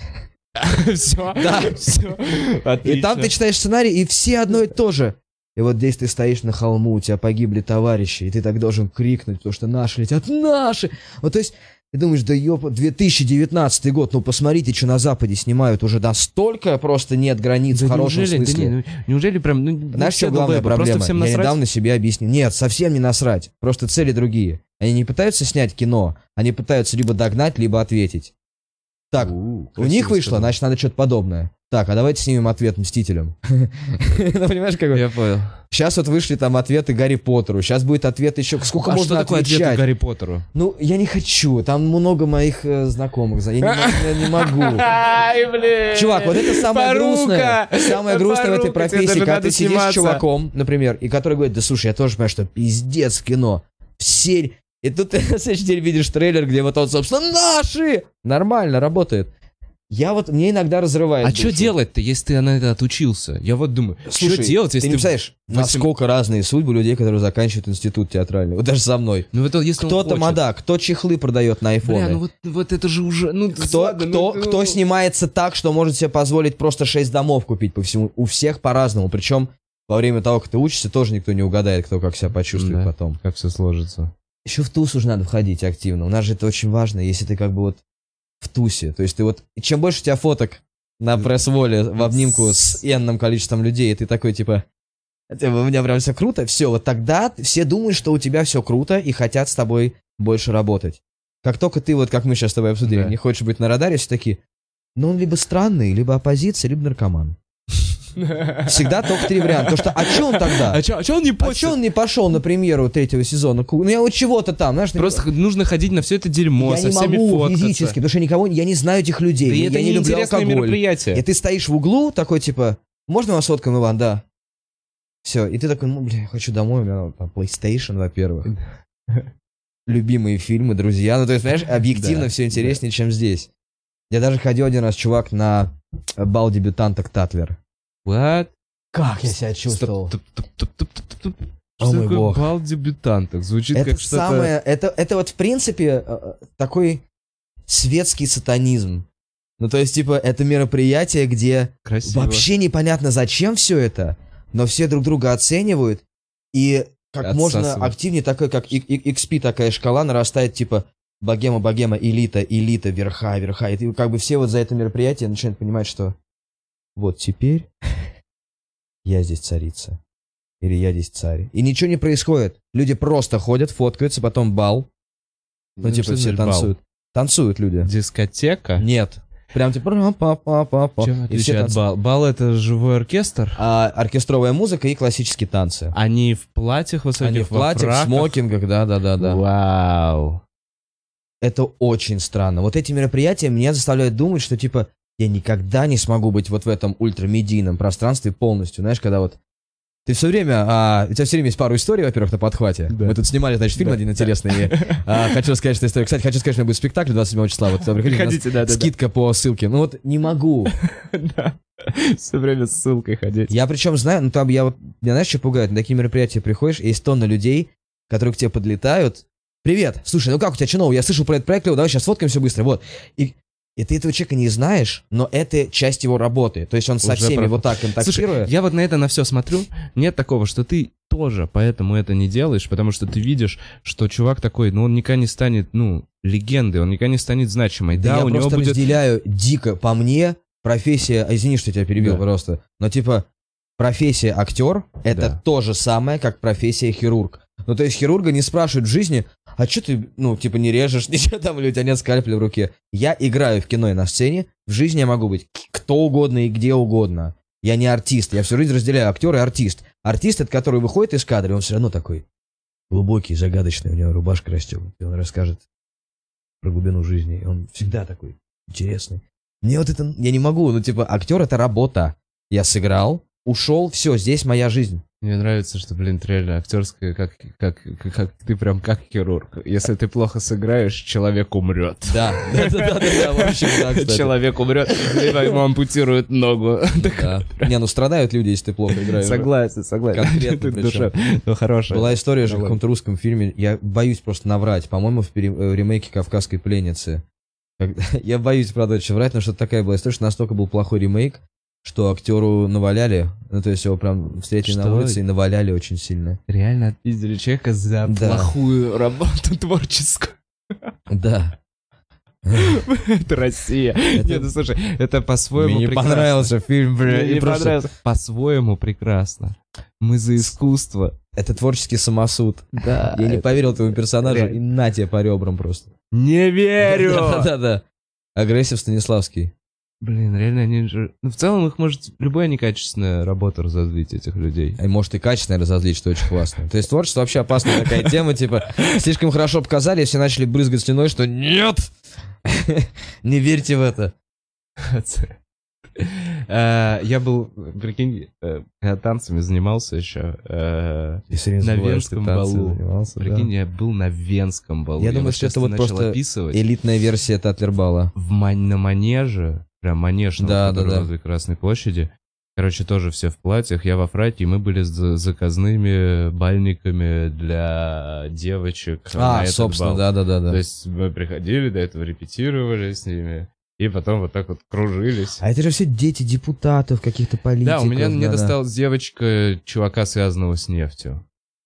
Все, да, все. И там ты читаешь сценарий, и все одно и то же. И вот здесь ты стоишь на холму, у тебя погибли товарищи, и ты так должен крикнуть, потому что наши летят, наши! Вот то есть, ты думаешь, да ёпа, 2019 год, ну посмотрите, что на Западе снимают, уже настолько просто нет границ в хорошем смысле. Неужели прям, знаешь, что главная проблема? Я недавно себе объяснил. Нет, совсем не насрать, просто цели другие. Они не пытаются снять кино, они пытаются либо догнать, либо ответить. Так, у них вышло, значит, надо что-то подобное. Так, а давайте снимем ответ Мстителям. Ну, понимаешь, как я понял. Сейчас вот вышли там ответы Гарри Поттеру. Сейчас будет ответ еще. Сколько можно отвечать? Что такое ответ Гарри Поттеру? Ну, я не хочу. Там много моих знакомых. Я не могу. Чувак, вот это самое грустное. Самое грустное в этой профессии, когда ты сидишь с чуваком, например, и который говорит, да слушай, я тоже понимаю, что пиздец в кино. Все... И тут ты на следующий день видишь трейлер, где вот он, собственно, наши! Нормально, работает. Мне иногда разрывает душу. Что делать-то, если ты на это отучился? Я вот думаю, слушай, что делать, если ты не представляешь, насколько разные судьбы людей, которые заканчивают институт театральный. Вот даже со мной. Ну, это, если кто тамада, кто чехлы продает на айфоны. Бля, ну вот это же уже... Ну, кто снимается так, что может себе позволить просто 6 домов купить по всему. У всех по-разному. Причем во время того, как ты учишься, тоже никто не угадает, кто как себя почувствует потом. Как все сложится. Еще в туз уже надо входить активно. У нас же это очень важно, если ты как бы вот в тусе. То есть ты вот... Чем больше у тебя фоток на пресс-воле в обнимку с энным количеством людей, и ты такой типа... У меня прям все круто. Все, вот тогда все думают, что у тебя все круто и хотят с тобой больше работать. Как только ты, вот как мы сейчас с тобой обсудили, не хочешь быть на радаре, все такие... Ну он либо странный, либо оппозиция, либо наркоман. Всегда только 3 варианта. Потому что, а че он тогда? А че он не пошел? А че он не пошел на премьеру 3-го сезона? Ну я вот чего-то там, знаешь. Просто нужно ходить на все это дерьмо, со всеми фоткаться. Я не могу физически, потому что я не знаю этих людей. Да это не люблю интересное мероприятие. И ты стоишь в углу, такой типа, можно вас сфоткаем, Иван? Да. Все, и ты такой, я хочу домой, у меня там PlayStation, во-первых. Любимые фильмы, друзья. Ну то есть, знаешь, объективно все интереснее, чем здесь. Я даже ходил один раз, чувак, на бал дебютанток Татлер. What? Как я себя чувствовал? Что такое бал дебютанток? Звучит это как что-то... Это вот в принципе такой светский сатанизм. Ну то есть типа это мероприятие, где вообще непонятно зачем все это, но все друг друга оценивают и как можно активнее, такой как XP такая шкала нарастает типа богема, элита, верха. И ты, как бы все вот за это мероприятие начинают понимать, что вот теперь я здесь царица. Или я здесь царь. И ничего не происходит. Люди просто ходят, фоткаются, потом бал. Ну, типа все танцуют. Танцуют люди. Дискотека? Нет. Прям типа па-па-па-па. Чем отличие от бал? Бал — это живой оркестр? Оркестровая музыка и классические танцы. Они в платьях высоких, они в платьях, в смокингах, да. Вау. Это очень странно. Вот эти мероприятия меня заставляют думать, что типа я никогда не смогу быть вот в этом ультрамедийном пространстве полностью. Знаешь, когда вот ты все время... у тебя все время есть пару историй, во-первых, на подхвате. Да. Мы тут снимали, значит, фильм один интересный. Хочу рассказать, что история. Кстати, хочу сказать, что у меня будет спектакль 27 числа. Вот приходите, скидка по ссылке. Ну вот не могу. Да. Все время с ссылкой ходить. Я причем знаю, ну там меня знаешь, что пугает? На такие мероприятия приходишь, и есть тонна людей, которые к тебе подлетают. Привет, слушай, ну как у тебя чиново? Я слышал про этот проект, давай сейчас сфоткаемся быстро. Вот. И ты этого человека не знаешь, но это часть его работы. То есть он со всеми вот так контактирует. Слушай, я вот на это на все смотрю. Нет такого, что ты тоже поэтому это не делаешь, потому что ты видишь, что чувак такой, он никогда не станет, легендой, он никогда не станет значимой. Да, я у просто него будет... разделяю дико по мне профессия... Извини, что я тебя перебил просто. Но типа профессия актер — это то же самое, как профессия хирург. Ну, то есть хирурга не спрашивают в жизни, а что ты, не режешь, ничего там, или у тебя нет скальпеля в руке. Я играю в кино и на сцене, в жизни я могу быть кто угодно и где угодно. Я не артист. Я всю жизнь разделяю актер и артист. Артист, это который выходит из кадра, и он все равно такой глубокий, загадочный. У него рубашка растет. И он расскажет про глубину жизни. И он всегда такой интересный. Мне вот это... Я не могу. Ну, типа, актер — это работа. Я сыграл, ушел, все, здесь моя жизнь. Мне нравится, что, блин, ты реально актерская, как ты прям как хирург. Если ты плохо сыграешь, человек умрет. Да, в общем, да, кстати. Человек умрет, либо ему ампутируют ногу. Да. Не, ну страдают люди, если ты плохо играешь. Согласен. Конкретно причем. Ну, хорошая. Была история же в каком-то русском фильме, я боюсь просто наврать, по-моему, в ремейке «Кавказской пленницы». Я боюсь, правда, очень врать, но что-то такая была история, что настолько был плохой ремейк, что актеру наваляли, ну то есть его прям встретили на улице и наваляли очень сильно. Реально отпиздили человека за плохую работу творческую. Да. Это Россия. Нет, ну слушай, это по-своему прекрасно. Мне не понравился фильм, бля. Мне понравился. По-своему прекрасно. Мы за искусство. Это творческий самосуд. Да. Я не поверил твоему персонажу, и на тебе по ребрам просто. Не верю! Да. Агрессив Станиславский. Блин, реально они же... Ну, в целом их может любая некачественная работа разозлить, этих людей. И может и качественная разозлить, что очень классно. То есть творчество вообще опасная такая тема, типа, слишком хорошо показали, и все начали брызгать слюной, что нет! Не верьте в это. Я был, прикинь, танцами занимался еще на Венском балу. Прикинь, я был на Венском балу. Я думаю, что это вот просто элитная версия Татлер-бала. На манеже, прям манеж возле Красной площади. Короче, тоже все в платьях, я во фраке, и мы были с заказными бальниками для девочек. Собственно, да. То есть мы приходили, до этого репетировали с ними. И потом вот так вот кружились. А это же все дети депутатов, каких-то политиков. Да, у меня мне досталась девочка чувака, связанного с нефтью.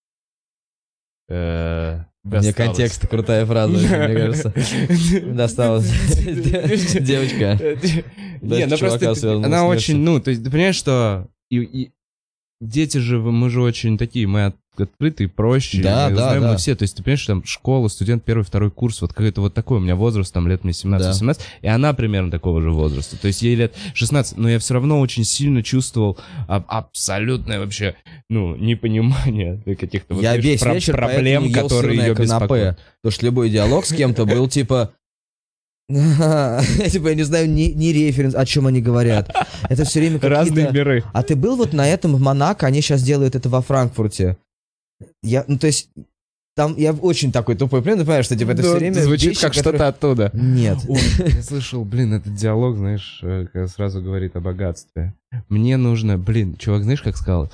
Мне контекст, крутая фраза, мне кажется. Досталась девочка. Не, ну просто она очень, ну, то есть ты понимаешь, что дети же, мы же очень такие, мы открытые, проще. Да. Мы все, то есть ты понимаешь, там школа, студент, первый, второй курс, вот какой-то вот такой у меня возраст, там лет мне 17-18, и она примерно такого же возраста. То есть ей лет 16, но я все равно очень сильно чувствовал абсолютное вообще, ну, непонимание каких-то вот, весь вечер проблем, которые ее беспокоят. Потому что любой диалог с кем-то был типа... Типа, я не знаю ни референс, о чем они говорят. Это все время какие-то... Разные миры. А ты был вот на этом в Монако, они сейчас делают это во Франкфурте. Ну, то есть, там я очень такой тупой, понимаешь, что типа это все время звучит вещи, как что-то оттуда. Нет. Я слышал, этот диалог, знаешь, сразу говорит о богатстве. Мне нужно, чувак, знаешь, как сказал?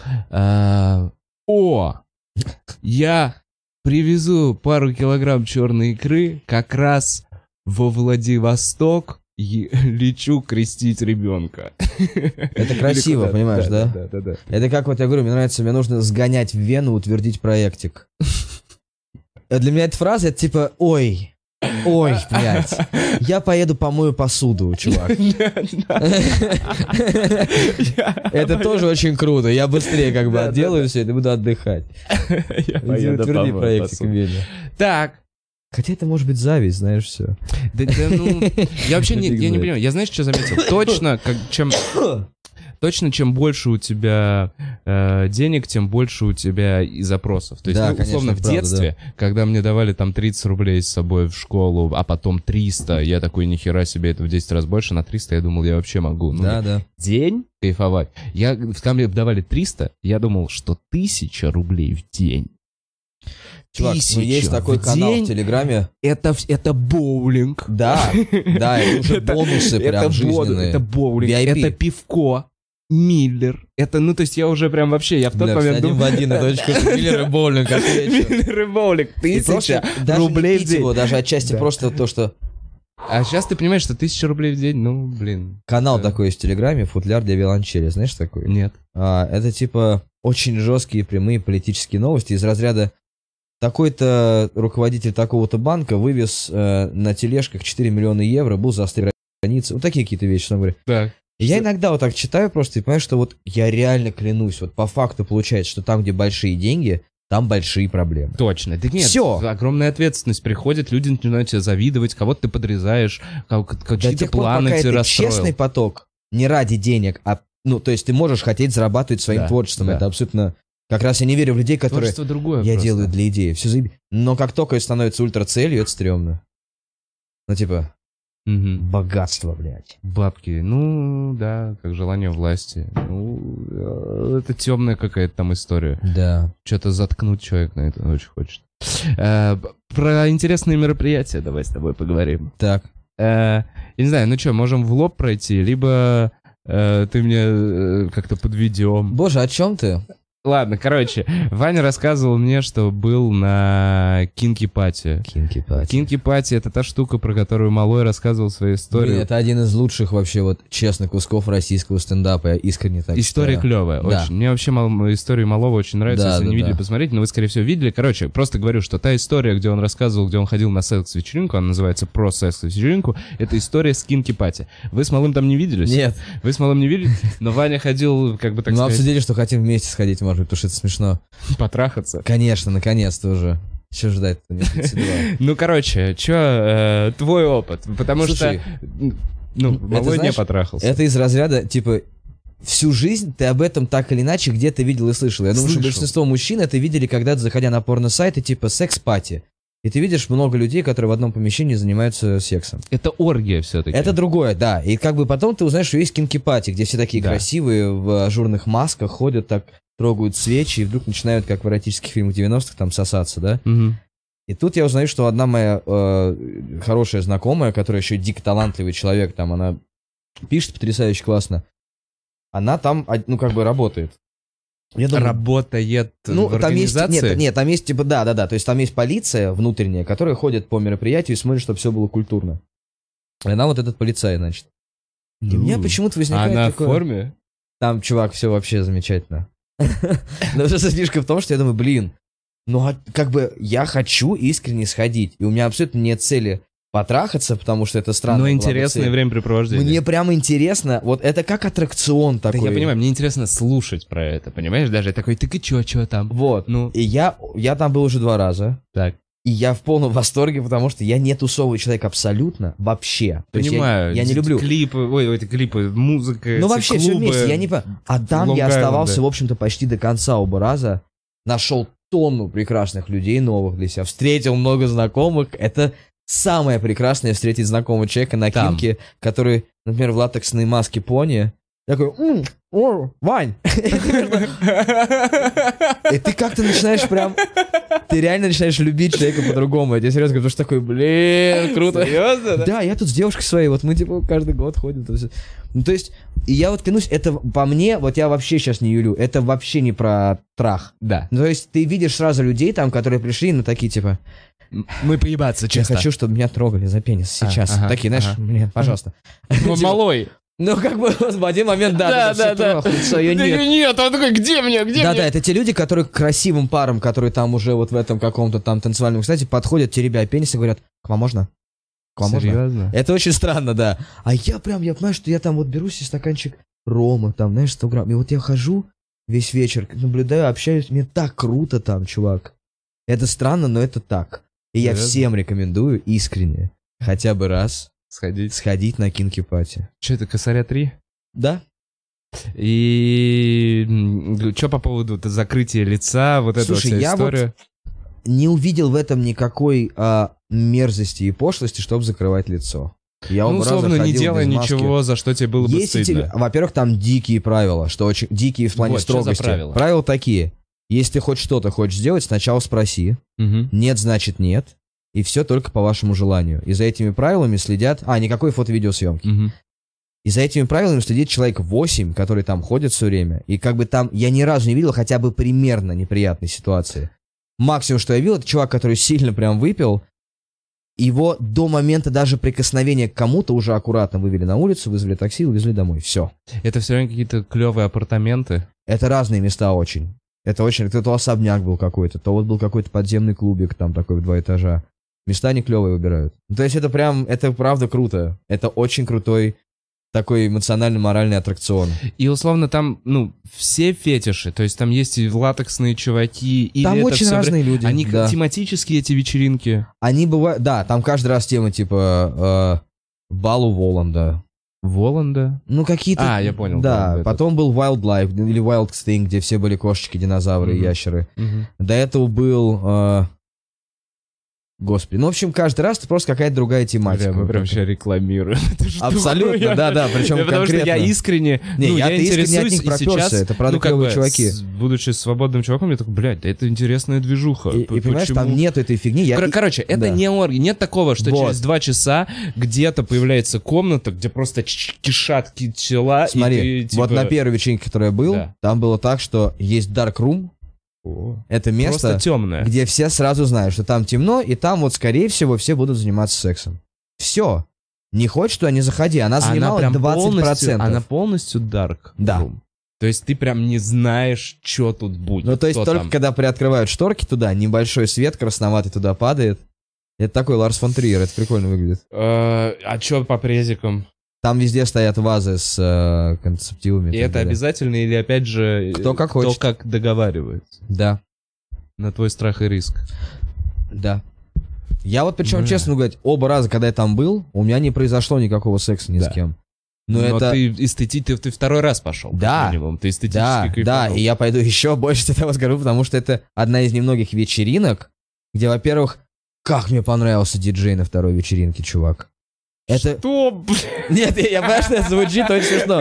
Я привезу пару килограмм черной икры как раз во Владивосток лечу крестить ребенка. Это красиво, понимаешь, да? Да. Это как вот я говорю, мне нужно сгонять в Вену, утвердить проектик. Для меня эта фраза, это типа, ой, блядь, я поеду помою посуду, чувак. Это тоже очень круто, я быстрее как бы отделаю все и буду отдыхать. Утверди проектик в Вене. Так. Хотя это может быть зависть, знаешь, все. Я вообще я не понимаю. Я знаешь, что заметил? Точно, чем больше у тебя денег, тем больше у тебя и запросов. То есть, условно, в детстве, когда мне давали там 30 рублей с собой в школу, а потом 300, я такой, нихера себе, это в 10 раз больше, на 300 я думал, я вообще могу. День кайфовать. Когда мне давали 300, я думал, что 1000 рублей в день. Чувак, есть такой канал в Телеграме. Это боулинг. Да, это уже бонусы прям жизненные. Это боулинг, это пивко, Миллер. Это, то есть я уже прям вообще, я в тот момент думал... в один точку, Миллер и боулинг, отвечу. Миллер и боулинг, 1000 рублей в день. Даже отчасти просто то, что... А сейчас ты понимаешь, что 1000 рублей в день, Канал такой есть в Телеграме, «Футляр для виолончели», знаешь такой? Нет. Это типа очень жесткие прямые политические новости из разряда: такой-то руководитель такого-то банка вывез на тележках 4 миллиона евро, был за границы. Вот такие какие-то вещи, говорю. Так. И я иногда вот так читаю просто и понимаю, что вот я реально клянусь, вот по факту получается, что там, где большие деньги, там большие проблемы. Точно. Да нет, все. Огромная ответственность приходит, люди начинают тебя завидовать, кого-то ты подрезаешь, какие-то планы тебе расстроил. Честный поток, не ради денег, а Ну, то есть ты можешь хотеть зарабатывать своим творчеством. Это абсолютно... Как раз я не верю в людей, которые... Творчество другое я просто. делаю для идеи. Все заебись. Но как только это становится ультрацелью, это стрёмно. Ну, типа... Богатство, блядь. Бабки. Ну, да, как желание власти. Ну, это темная какая-то там история. Да. Что-то заткнуть человек на это очень хочет. Про интересные мероприятия давай с тобой поговорим. Так. Я не знаю, ну что, можем в лоб пройти, либо ты мне как-то подведем. Боже, о чем ты? Ладно, короче, Ваня рассказывал мне, что был на кинки-пати. Кинки-пати. Кинки-пати — это та штука, про которую Малой рассказывал свою историю. Блин, это один из лучших вообще вот честных кусков российского стендапа, я искренне так История считаю. клевая, Да. очень. Мне вообще история Малова очень нравится, Да, если да, не видели, да. посмотрите, но вы, скорее всего, видели. Короче, просто говорю, что та история, где он рассказывал, где он ходил на секс-вечеринку, она называется «Про секс-вечеринку», это история с кинки-пати. Вы с Малым там не виделись? Нет. Вы с Малым не видели? Но Ваня ходил, как бы так Мы сказать, обсудили, что хотим вместе сходить, может быть, потому что это смешно. потрахаться. Конечно, наконец-то уже. Что ждать-то? Мне 32. Ну, короче, твой опыт? Потому Слушай, что, Малой не знаешь, потрахался. Это из разряда, типа, всю жизнь ты об этом так или иначе где-то видел и слышал. Я думаю, что большинство мужчин это видели когда-то, заходя на порно-сайты, типа секс-пати. И ты видишь много людей, которые в одном помещении занимаются сексом. Это оргия все-таки. Это другое, да. И как бы потом ты узнаешь, что есть кинки-пати, где все такие Да. красивые, в ажурных масках, ходят так, трогают свечи, и вдруг начинают, как в эротических фильмах 90-х, там сосаться, да? Мгм. И тут я узнаю, что одна моя хорошая знакомая, которая еще дико талантливый человек, там она пишет потрясающе классно, она там, ну, как бы работает. Я думаю, Работает ну, в там есть, организации? нет, там есть, типа, да, то есть там есть полиция внутренняя, которая ходит по мероприятию и смотрит, чтобы все было культурно. И она вот этот полицай, значит. И у меня почему-то возникает Она такое... в форме? Там, чувак, все вообще замечательно. Но просто фишка в том, что я думаю, блин, ну, как бы я хочу искренне сходить, и у меня абсолютно нет цели потрахаться, потому что это странно. Ну, интересное времяпрепровождение. Мне прямо интересно, вот это как аттракцион Да, такой. я понимаю, мне интересно слушать про это, понимаешь? Даже я такой, ты чё там? Вот, Ну, и я там был уже 2 раза, так. и я в полном восторге, потому что я не тусовый человек абсолютно, вообще. То есть Понимаю. я не люблю. Клипы, эти клипы, музыка, Ну, вообще, все клубы. вместе, я не понимаю. А там я Лонг-Айленд, оставался, да. в общем-то, почти до конца оба раза. Нашел тонну прекрасных людей новых для себя. Встретил много знакомых. Это самое прекрасное — встретить знакомого человека на Там. кинке, который, например, в латексной маске пони. Такой, Вань! И ты как-то начинаешь прям... Ты реально начинаешь любить человека по-другому. Я тебе серьезно говорю, потому что такой, блин, круто. Серьезно, да? Да, я тут с девушкой своей, вот мы типа каждый год ходим. Ну, то есть, и я вот клянусь, это по мне, вот я вообще сейчас не юлю, это вообще не про трах. Да. Ну, то есть, ты видишь сразу людей там, которые пришли, ну, такие типа, Мы поебаться, честно. я хочу, чтобы меня трогали за пенис сейчас. ага, Такие, знаешь, ага. мне, пожалуйста. Малой. Ну, как бы, в один момент, да, Да. ее нет. Нет, он такой, где мне? Да, это те люди, которые к красивым парам, которые там уже вот в этом каком-то там танцевальном, кстати, подходят, теребя пенис и говорят, к вам можно? К вам можно? Серьезно? Это очень странно, да. А я понимаю, что я там вот беру себе стаканчик рома, там, знаешь, 100 грамм, и вот я хожу весь вечер, наблюдаю, общаюсь, мне так круто там, чувак. Это странно, но это так. И я Серьезно? всем рекомендую искренне хотя бы раз Сходить. сходить на кинки-пати. Что это, косаря 3? Да? И что по поводу закрытия лица, вот эта вот Слушай, вся я история? Не увидел в этом никакой мерзости и пошлости, чтобы закрывать лицо. Я Ну, оба раза условно, не ходил делай без маски. ничего, за что тебе было бы Если стыдно. тебе- Во-первых, там дикие правила, что очень дикие в плане Вот, что за строгости. правила? Правила такие. Если ты хоть что-то хочешь сделать, сначала спроси. Мгм. Нет, значит нет. И все только по вашему желанию. И за этими правилами следят... никакой фото-видеосъемки. Мгм. И за этими правилами следит человек 8, который там ходит все время. И как бы там... Я ни разу не видел хотя бы примерно неприятной ситуации. Максимум, что я видел, это чувак, который сильно прям выпил. Его до момента даже прикосновения к кому-то уже аккуратно вывели на улицу, вызвали такси, увезли домой. Все. Это все время какие-то клевые апартаменты. Это разные места очень. Это очень... То особняк был какой-то, то вот был какой-то подземный клубик там такой в 2 этажа. Места не клевые выбирают. Ну, то есть это прям... Это правда круто. Это очень крутой такой эмоционально-моральный аттракцион. И условно там, все фетиши. То есть там есть и латексные чуваки. Или Там это очень всё разные люди. Они да. тематические, эти вечеринки. Они бывают... Да, там каждый раз тема типа Балу Воланда. Воланда? Ну, какие-то... Я понял. Да, потом был Wildlife или Wild Extinct, где все были кошечки, динозавры и ящеры. До этого был... Господи, ну, в общем, каждый раз это просто какая-то другая тематика. Мы прям вообще рекламируем. Абсолютно, да, причем конкретно. Потому что я искренне, я искренне от них про сейчас, это правда клевые чуваки. Будучи свободным чуваком, я такой, блядь, да это интересная движуха. И понимаешь, там нет этой фигни. Короче, это не орги, нет такого, что через 2 часа где-то появляется комната, где просто кишат тела. Смотри, вот на первой вечеринке, которой я был, там было так, что есть Dark Room. Это место, где все сразу знают, что там темно, и там вот, скорее всего, все будут заниматься сексом. Все. Не хочешь туда, не заходи. Она занимала 20%. Она полностью dark room. То есть ты прям не знаешь, что тут будет. Ну, то есть только там. Когда приоткрывают шторки туда, небольшой свет красноватый туда падает. Это такой Ларс фон Триер, это прикольно выглядит. А что по презикам? Там везде стоят вазы с концептивами. И это обязательно или, опять же, кто как хочет. Кто как договаривается? Да. На твой страх и риск. Да. Я вот, причем, честно говорить, оба раза, когда я там был, у меня не произошло никакого секса ни с кем. Но это... ты второй раз пошел, да, как минимум. Ты эстетически кайфанул. Да, и я пойду еще больше того скажу, потому что это одна из немногих вечеринок, где, во-первых, как мне понравился диджей на второй вечеринке, чувак. Это... Что, блин? Нет, я понимаю, что это звучит очень смешно.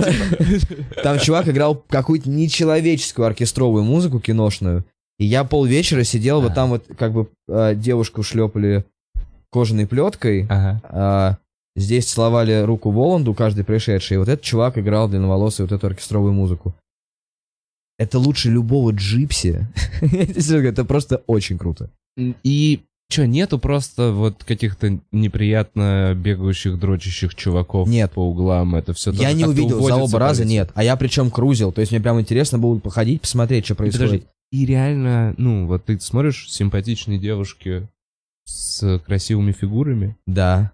Там чувак играл какую-то нечеловеческую оркестровую музыку киношную, и я полвечера сидел, вот там вот как бы девушку шлепали кожаной плеткой, здесь целовали руку Воланду, каждый пришедший, и вот этот чувак играл длинноволосый вот эту оркестровую музыку. Это лучше любого джипси. Это просто очень круто. И что, нету просто вот каких-то неприятно бегающих, дрочащих чуваков нет. по углам? Это все я не увидел за оба раза, нет. А я причем крузил, то есть мне прям интересно было походить, посмотреть, что происходит. И реально, ну, вот ты смотришь симпатичные девушки с красивыми фигурами. Да.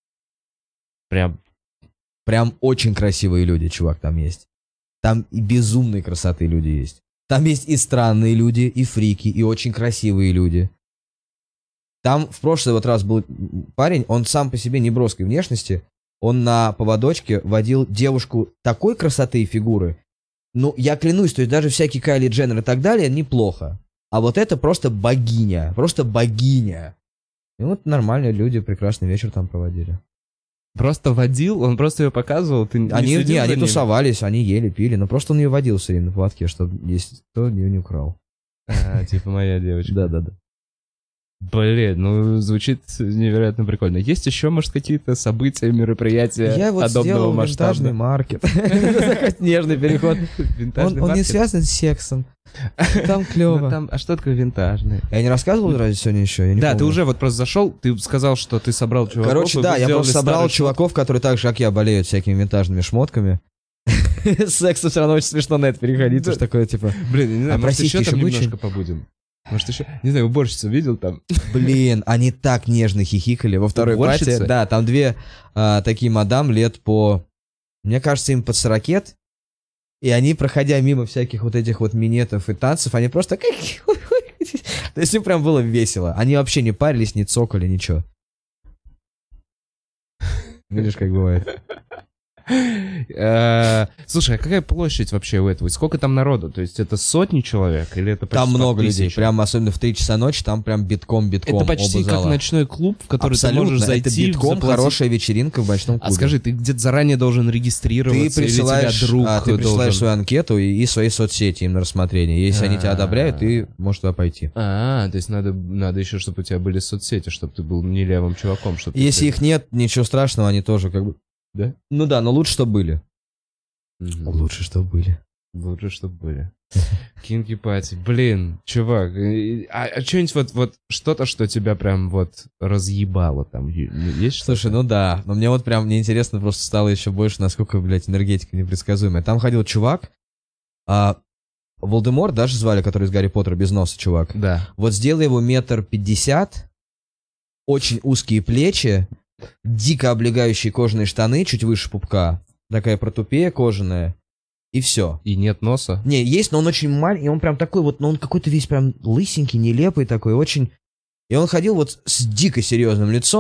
Прям очень красивые люди, чувак, там есть. Там и безумной красоты люди есть. Там есть и странные люди, и фрики, и очень красивые люди. Там в прошлый вот раз был парень, он сам по себе неброской внешности, он на поводочке водил девушку такой красоты и фигуры. Ну, я клянусь, то есть даже всякие Кайли Дженнер и так далее неплохо. А вот это просто богиня, просто богиня. И вот нормальные люди прекрасный вечер там проводили. Просто водил? Он просто ее показывал? Ты они тусовались, они ели, пили, но просто он ее водил все время на поводке, чтобы если кто ее не украл. Типа моя девочка. Да. Блин, ну звучит невероятно прикольно. Есть еще, может, какие-то события, мероприятия я вот подобного масштаба? Винтажный маркет. Нежный переход. Он не связан с сексом. Там клево. А что такое винтажный? Я не рассказывал разве сегодня еще? Да, ты уже вот просто зашел, ты сказал, что ты собрал чуваков. Короче, да, я просто собрал чуваков, которые так же, как я, болеют всякими винтажными шмотками. С сексом все равно очень смешно на это переходить, уж такое, типа... Блин, не знаю, может, еще там немножко побудем. Может, еще, не знаю, уборщицу видел там? Блин, они так нежно хихикали во второй пати. Да, там две такие мадам лет по... Мне кажется, им под 40. И они, проходя мимо всяких вот этих вот минетов и танцев, они просто... То есть им прям было весело. Они вообще не парились, не цокали, ничего. Видишь, как бывает. Слушай, а какая площадь вообще у этого? Сколько там народу? То есть это сотни человек или это почти там много людей, прям особенно в 3 часа ночи, там прям битком. Это почти как ночной клуб, в который абсолютно, ты можешь зайти, это битком, хорошая вечеринка в ночном клубе. А скажи, ты где-то заранее должен регистрироваться, ты присылаешь, или тебя друг ты присылаешь свою анкету и свои соцсети им на рассмотрение. Если они тебя одобряют, ты можешь туда пойти. То есть надо еще, чтобы у тебя были соцсети, чтобы ты был не левым чуваком. Если их нет, ничего страшного, они тоже как бы... Да? Ну да, но лучше, чтобы были. Лучше, чтобы были. Лучше, чтобы были. Кинки пати. Блин, чувак, а что-нибудь вот что-то, что тебя прям вот разъебало там, есть что-то? Слушай, ну да, но мне вот прям, мне интересно просто стало еще больше, насколько, блядь, энергетика непредсказуемая. Там ходил чувак, Волдеморт даже звали, который из Гарри Поттера, без носа чувак. Да. Вот сделал его 1,50 м, очень узкие плечи, дико облегающие кожаные штаны, чуть выше пупка, такая протупея кожаная, и все. И нет носа? Не, есть, но он очень маленький, он прям такой вот, но он какой-то весь прям лысенький, нелепый такой, очень... И он ходил вот с дико серьезным лицом,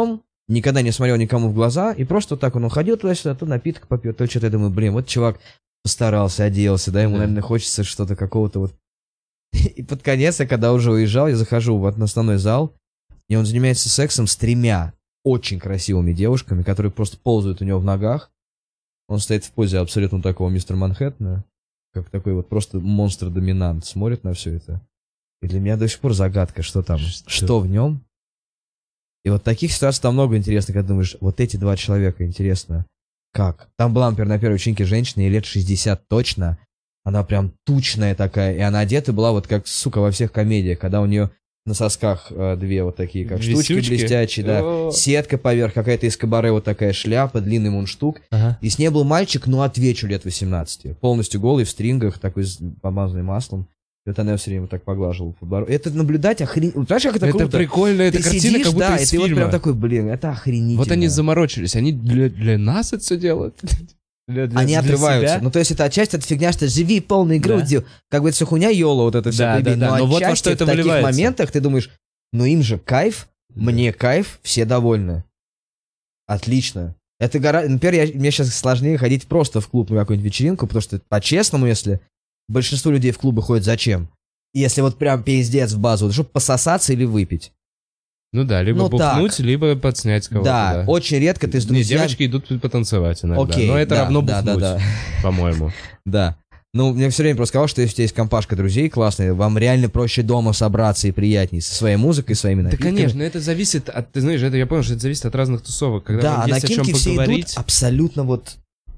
никогда не смотрел никому в глаза, и просто вот так он уходил туда-сюда, то напиток попьет, то что-то. Я думаю, блин, вот чувак постарался, оделся, да, ему, наверное, хочется что-то какого-то вот. И под конец, я когда уже уезжал, я захожу в основной зал, и он занимается сексом с 3 очень красивыми девушками, которые просто ползают у него в ногах. Он стоит в позе абсолютно такого мистера Манхэттена, как такой вот просто монстр-доминант, смотрит на все это. И для меня до сих пор загадка, что там, что в нем. И вот таких ситуаций там много интересных, когда думаешь, вот эти 2 человека, интересно, как? Там была, например, на первой вечеринке женщина, ей лет 60 точно, она прям тучная такая, и она одета была вот как, сука, во всех комедиях, когда у нее на сосках 2 вот такие, как штучки блестящие, да, сетка поверх, какая-то из кабаре вот такая шляпа, длинный мундштук, и с ней был мальчик, ну, отвечу, лет 18, полностью голый, в стрингах, такой помазанный маслом. И вот она его все время так поглаживала по подбородку. Это наблюдать охренительно. Понимаешь, как это круто? Это прикольно, это ты картина, сидишь, как будто да, из и ты фильма. вот прям такой, блин, это охренительно. Вот они заморочились, они для нас это все делают. Они отрываются. Ну, то есть это отчасти эта фигня, что живи полной грудью. Как бы это все хуйня йола, вот это все. Да. Но вот во отчасти что это в таких выливается. моментах ты думаешь, ну им же кайф, мне кайф, все довольны. Отлично. Это например, мне сейчас сложнее ходить просто в клуб на какую-нибудь вечеринку, потому что, по-честному, если большинство людей в клубы ходят зачем? Если вот прям пиздец в базу, чтобы пососаться или выпить. Ну да, либо бухнуть, либо подснять кого-то. Да, очень редко ты с друзьями... девочки идут потанцевать иногда, окей, но это да, равно да, бухнуть, по-моему. Да. Ну, мне все время просто сказал, что если у тебя есть компашка друзей классная, вам реально проще дома собраться и приятней со своей музыкой, своими напитками. Да, конечно, это зависит от, ты знаешь, это я понял, что это зависит от разных тусовок, когда да, вам есть о чем все поговорить. Идут абсолютно вот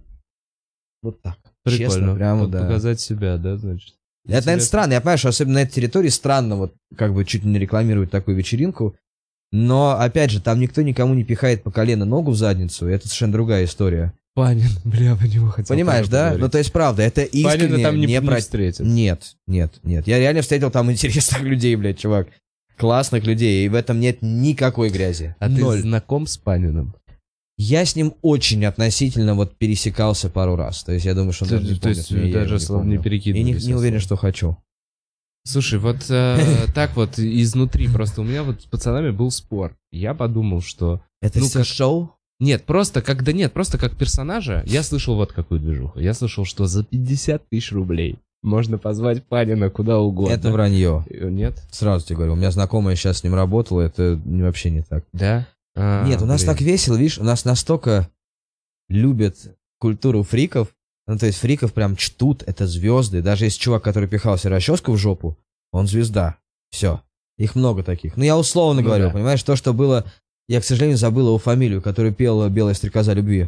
так. Прикольно, честно, прямо, да. Показать себя, да, значит. Это, наверное, странно. Я понимаю, что особенно на этой территории странно вот как бы чуть ли не рекламировать такую вечеринку. Но, опять же, там никто никому не пихает по колено ногу в задницу. Это совершенно другая история. Панин, бля, по нему хотел. Понимаешь, да? Поговорить. Ну, то есть, правда, это искренне Панина там не встретит. Нет. Я реально встретил там интересных людей, блядь, чувак. Классных людей. И в этом нет никакой грязи. А ты знаком с Паниным? Я с ним очень относительно вот пересекался пару раз. То есть я думаю, что он даже не помнит. То есть даже слов не перекидывались. И не уверен, что хочу. Слушай, вот так вот изнутри просто у меня вот с пацанами был спор. Я подумал, что... Это все шоу? Нет, просто как персонажа я слышал вот какую движуху. Я слышал, что за 50 тысяч рублей можно позвать Панина куда угодно. Это вранье. Нет? Сразу тебе говорю, у меня знакомая сейчас с ним работала, это вообще не так. Да? Нет, у нас так весело, видишь, у нас настолько любят культуру фриков, ну, то есть фриков прям чтут, это звезды. Даже есть чувак, который пихал себе расческу в жопу, он звезда. Все. Их много таких. Ну, я условно говорю, понимаешь, то, что было... Я, к сожалению, забыл его фамилию, который пел «Белая стрекоза любви».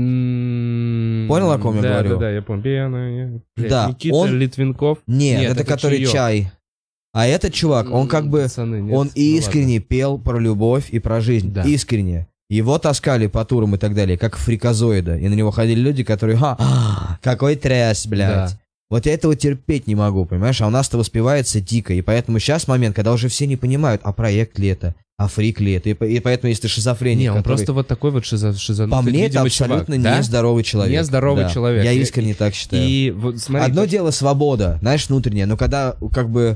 Понял, о ком я говорю? Да, я помню. Да, Никита Литвинков. Нет, это который чай. А этот чувак, он как бы... Он искренне пел про любовь и про жизнь. Да. Искренне. Его таскали по турам и так далее, как фриказоида. И на него ходили люди, которые... какой трэш, блядь. Да. Вот я этого терпеть не могу, понимаешь? А у нас-то воспевается дико. И поэтому сейчас момент, когда уже все не понимают, а проект ли это, а фрик ли это. И поэтому если ты шизофреник, он просто вот такой вот шизанутый. По мне это абсолютно нездоровый человек. Нездоровый человек. Я искренне так считаю. И вот, смотри, одно дело свобода, знаешь, внутренняя, но когда как бы...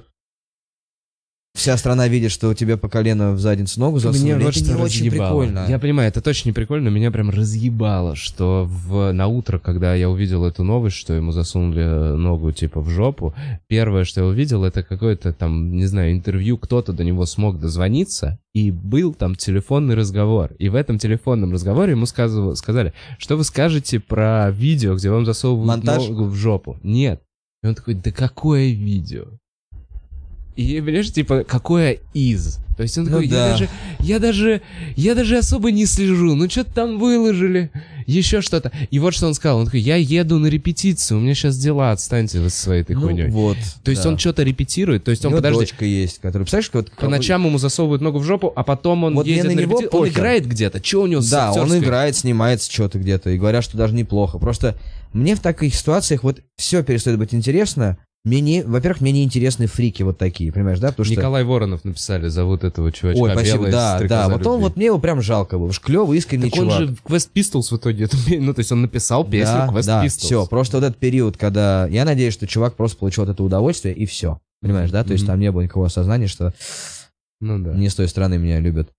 Вся страна видит, что у тебя по колено в задницу ногу засунули. Это не очень прикольно. Я понимаю, это точно не прикольно, меня прям разъебало, что на утро, когда я увидел эту новость, что ему засунули ногу типа в жопу, первое, что я увидел, это какое-то там, не знаю, интервью, кто-то до него смог дозвониться, и был там телефонный разговор. И в этом телефонном разговоре ему сказали, что вы скажете про видео, где вам засовывают ногу в жопу. Нет. И он такой, да какое видео? И, понимаешь, типа, какое из? То есть он такой, я даже особо не слежу, ну что-то там выложили, еще что-то. И вот что он сказал, он такой, я еду на репетицию, у меня сейчас дела, отстаньте вы со своей этой хуйней. Вот. То есть он что-то репетирует, то есть он, дочка есть, которая, представляешь, вот... По ночам ему засовывают ногу в жопу, а потом он вот ездит на репетицию, он играет где-то, что у него с Да, он играет, снимается что-то где-то, и говорят, что даже неплохо. Просто мне в таких ситуациях вот все перестает быть интересно. Во-первых, мне не интересны фрики вот такие, понимаешь, да? Потому Николай Воронов написали, зовут этого чувачка. Ой, спасибо, да. Вот он, вот мне его прям жалко был. Уж клёвый, искренний так чувак. Он же в Quest Pistols в итоге, ну то есть он написал песню Quest Pistols. Все, просто вот этот период, когда... Я надеюсь, что чувак просто получил вот это удовольствие, и все. Понимаешь, да? То есть там не было никакого осознания, что не с той стороны меня любят.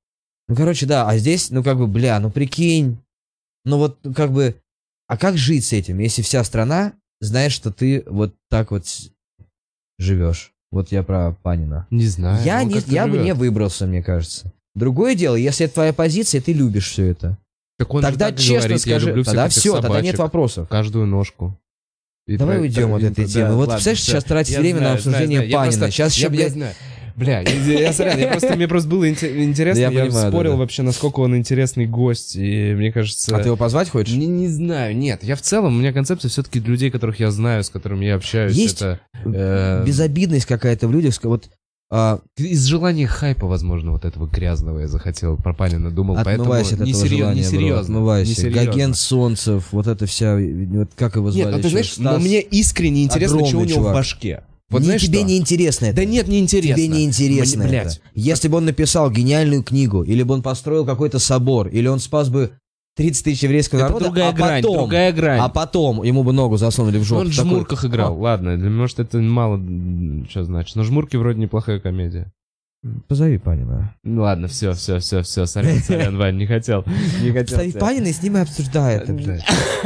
Ну, короче, да, а здесь, ну, как бы, бля, ну, прикинь, ну, вот, ну, как бы, а как жить с этим, если вся страна знает, что ты вот так вот живешь? Вот я про Панина. Не знаю. Я бы не выбрался, мне кажется. Другое дело, если это твоя позиция, ты любишь все это. Так он тогда так честно говорит, скажи, тогда все, тогда нет вопросов. Каждую ножку. И давай уйдем от этой темы. Вот, представляешь, сейчас тратить время на обсуждение Панина. Сейчас еще, блядь... Бля, я сорян, мне просто было интересно, я спорил вообще, насколько он интересный гость, и мне кажется... А ты его позвать хочешь? Не знаю, нет, я в целом, у меня концепция все-таки людей, которых я знаю, с которыми я общаюсь, есть это... безобидность какая-то в людях, вот... Из желания хайпа, возможно, вот этого грязного я захотел, про Панина думал, отмывайся поэтому несерьезно. Отмывайся. Гоген Солнцев, вот это вся, вот как его звали? Нет, ну ты знаешь, но мне искренне интересно, что у него в башке. Вот тебе не интересно это. Да нет, не интересно. Тебе не интересно это. Если бы он написал гениальную книгу, или бы он построил какой-то собор, или он спас бы 30 тысяч еврейского народа, другая грань. А потом ему бы ногу засунули в жопу. Он в «Жмурках» играл. Ладно, может это мало что значит. Но «Жмурки» вроде неплохая комедия. Позови Панина. Ладно, все, сорян, Вань, не хотел. Позови Панина и с ним и обсуждай это, блядь.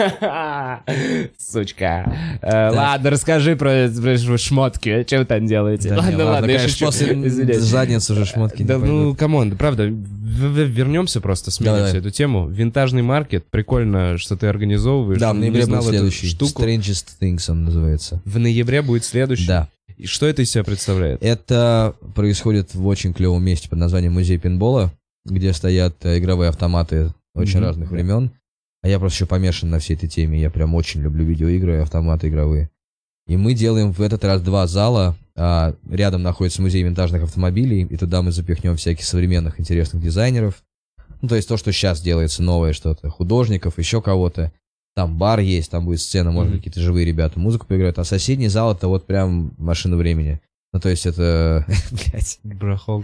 Сучка. Ладно, расскажи про шмотки. Что вы там делаете? Ладно, я шучу. После задницы уже шмотки не пойдут. Ну, камон, правда, вернемся просто, сменим всю эту тему. Винтажный маркет, прикольно, что ты организовываешь. Да, в ноябре будет следующий. Strangest Things он называется. В ноябре будет следующий? Да. И что это из себя представляет? Это происходит в очень клевом месте под названием Музей пейнтбола, где стоят игровые автоматы очень разных времен. А я просто еще помешан на всей этой теме. Я прям очень люблю видеоигры и автоматы игровые. И мы делаем в этот раз 2 зала. Рядом находится музей винтажных автомобилей, и туда мы запихнем всяких современных интересных дизайнеров. Ну, то есть то, что сейчас делается, новое что-то. Художников, еще кого-то. Там бар есть, там будет сцена, может, какие-то живые ребята музыку поиграют. А соседний зал — это вот прям машина времени. Ну, то есть это... Блять. Брахолка.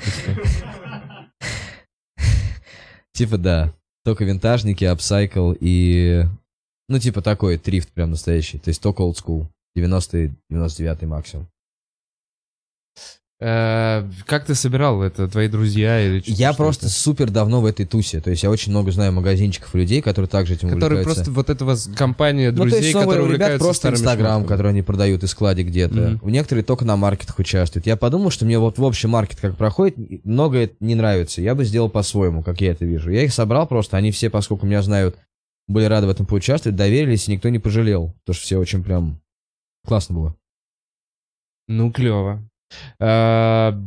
Типа, да. Только винтажники, апсайкл и... Ну, типа такой трифт прям настоящий. То есть только old school. 90-й, 99-й максимум. Как ты собирал это? Твои друзья? Или я просто супер давно в этой тусе. То есть я очень много знаю магазинчиков и людей, которые также этим увлекаются. Которые просто вот этого компания друзей, которые увлекаются просто Инстаграм, который они продают из складик где-то. У некоторых только на маркетах участвуют. Я подумал, что мне вот в общем маркет как проходит, многое не нравится. Я бы сделал по-своему, как я это вижу. Я их собрал просто, они все, поскольку меня знают, были рады в этом поучаствовать, доверились, и никто не пожалел. Потому что все очень прям классно было. Ну, клево. Так,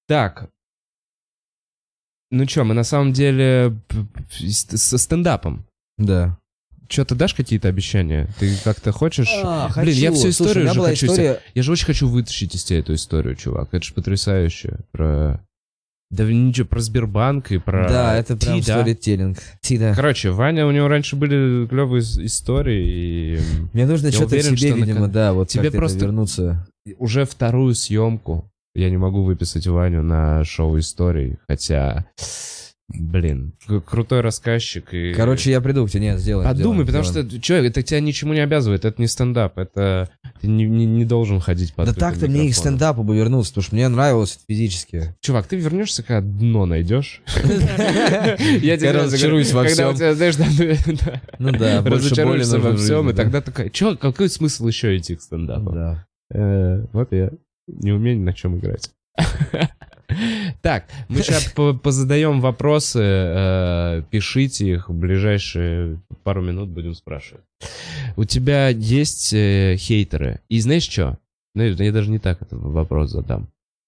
ну чё, мы на самом деле со стендапом. Да. Чё, ты дашь какие-то обещания? Ты как-то хочешь? Хочу. Блин, я всю историю уже хочу. История... Я же очень хочу вытащить из тебя эту историю, чувак. Это же потрясающе. Про... Да ничего, про Сбербанк и про... Да, это прям сторителлинг. Короче, Ваня, у него раньше были клевые истории, и... Мне нужно что-то в себе, видимо, да, вот тебе просто вернуться. Уже вторую съемку я не могу выписать Ваню на шоу историй, хотя, блин, крутой рассказчик. И... Короче, я приду к тебе, нет, сделаем. Подумай, потому что, это тебя ничему не обязывает, это не стендап, это ты не должен ходить под открытым микрофоном. Да так-то мне и к стендапу бы вернуться, потому что мне нравилось это физически. Чувак, ты вернешься, когда дно найдешь. Я тебе разочаруюсь во всем. Когда у тебя, знаешь, ну да, разочаруешься во всем, и тогда такая, какой смысл еще идти к стендапу? Да. Вот я не умею на чем играть. Так, мы сейчас позадаем вопросы, пишите их, в ближайшие пару минут будем спрашивать. У тебя есть хейтеры? И знаешь что? Я даже не так этот вопрос задам.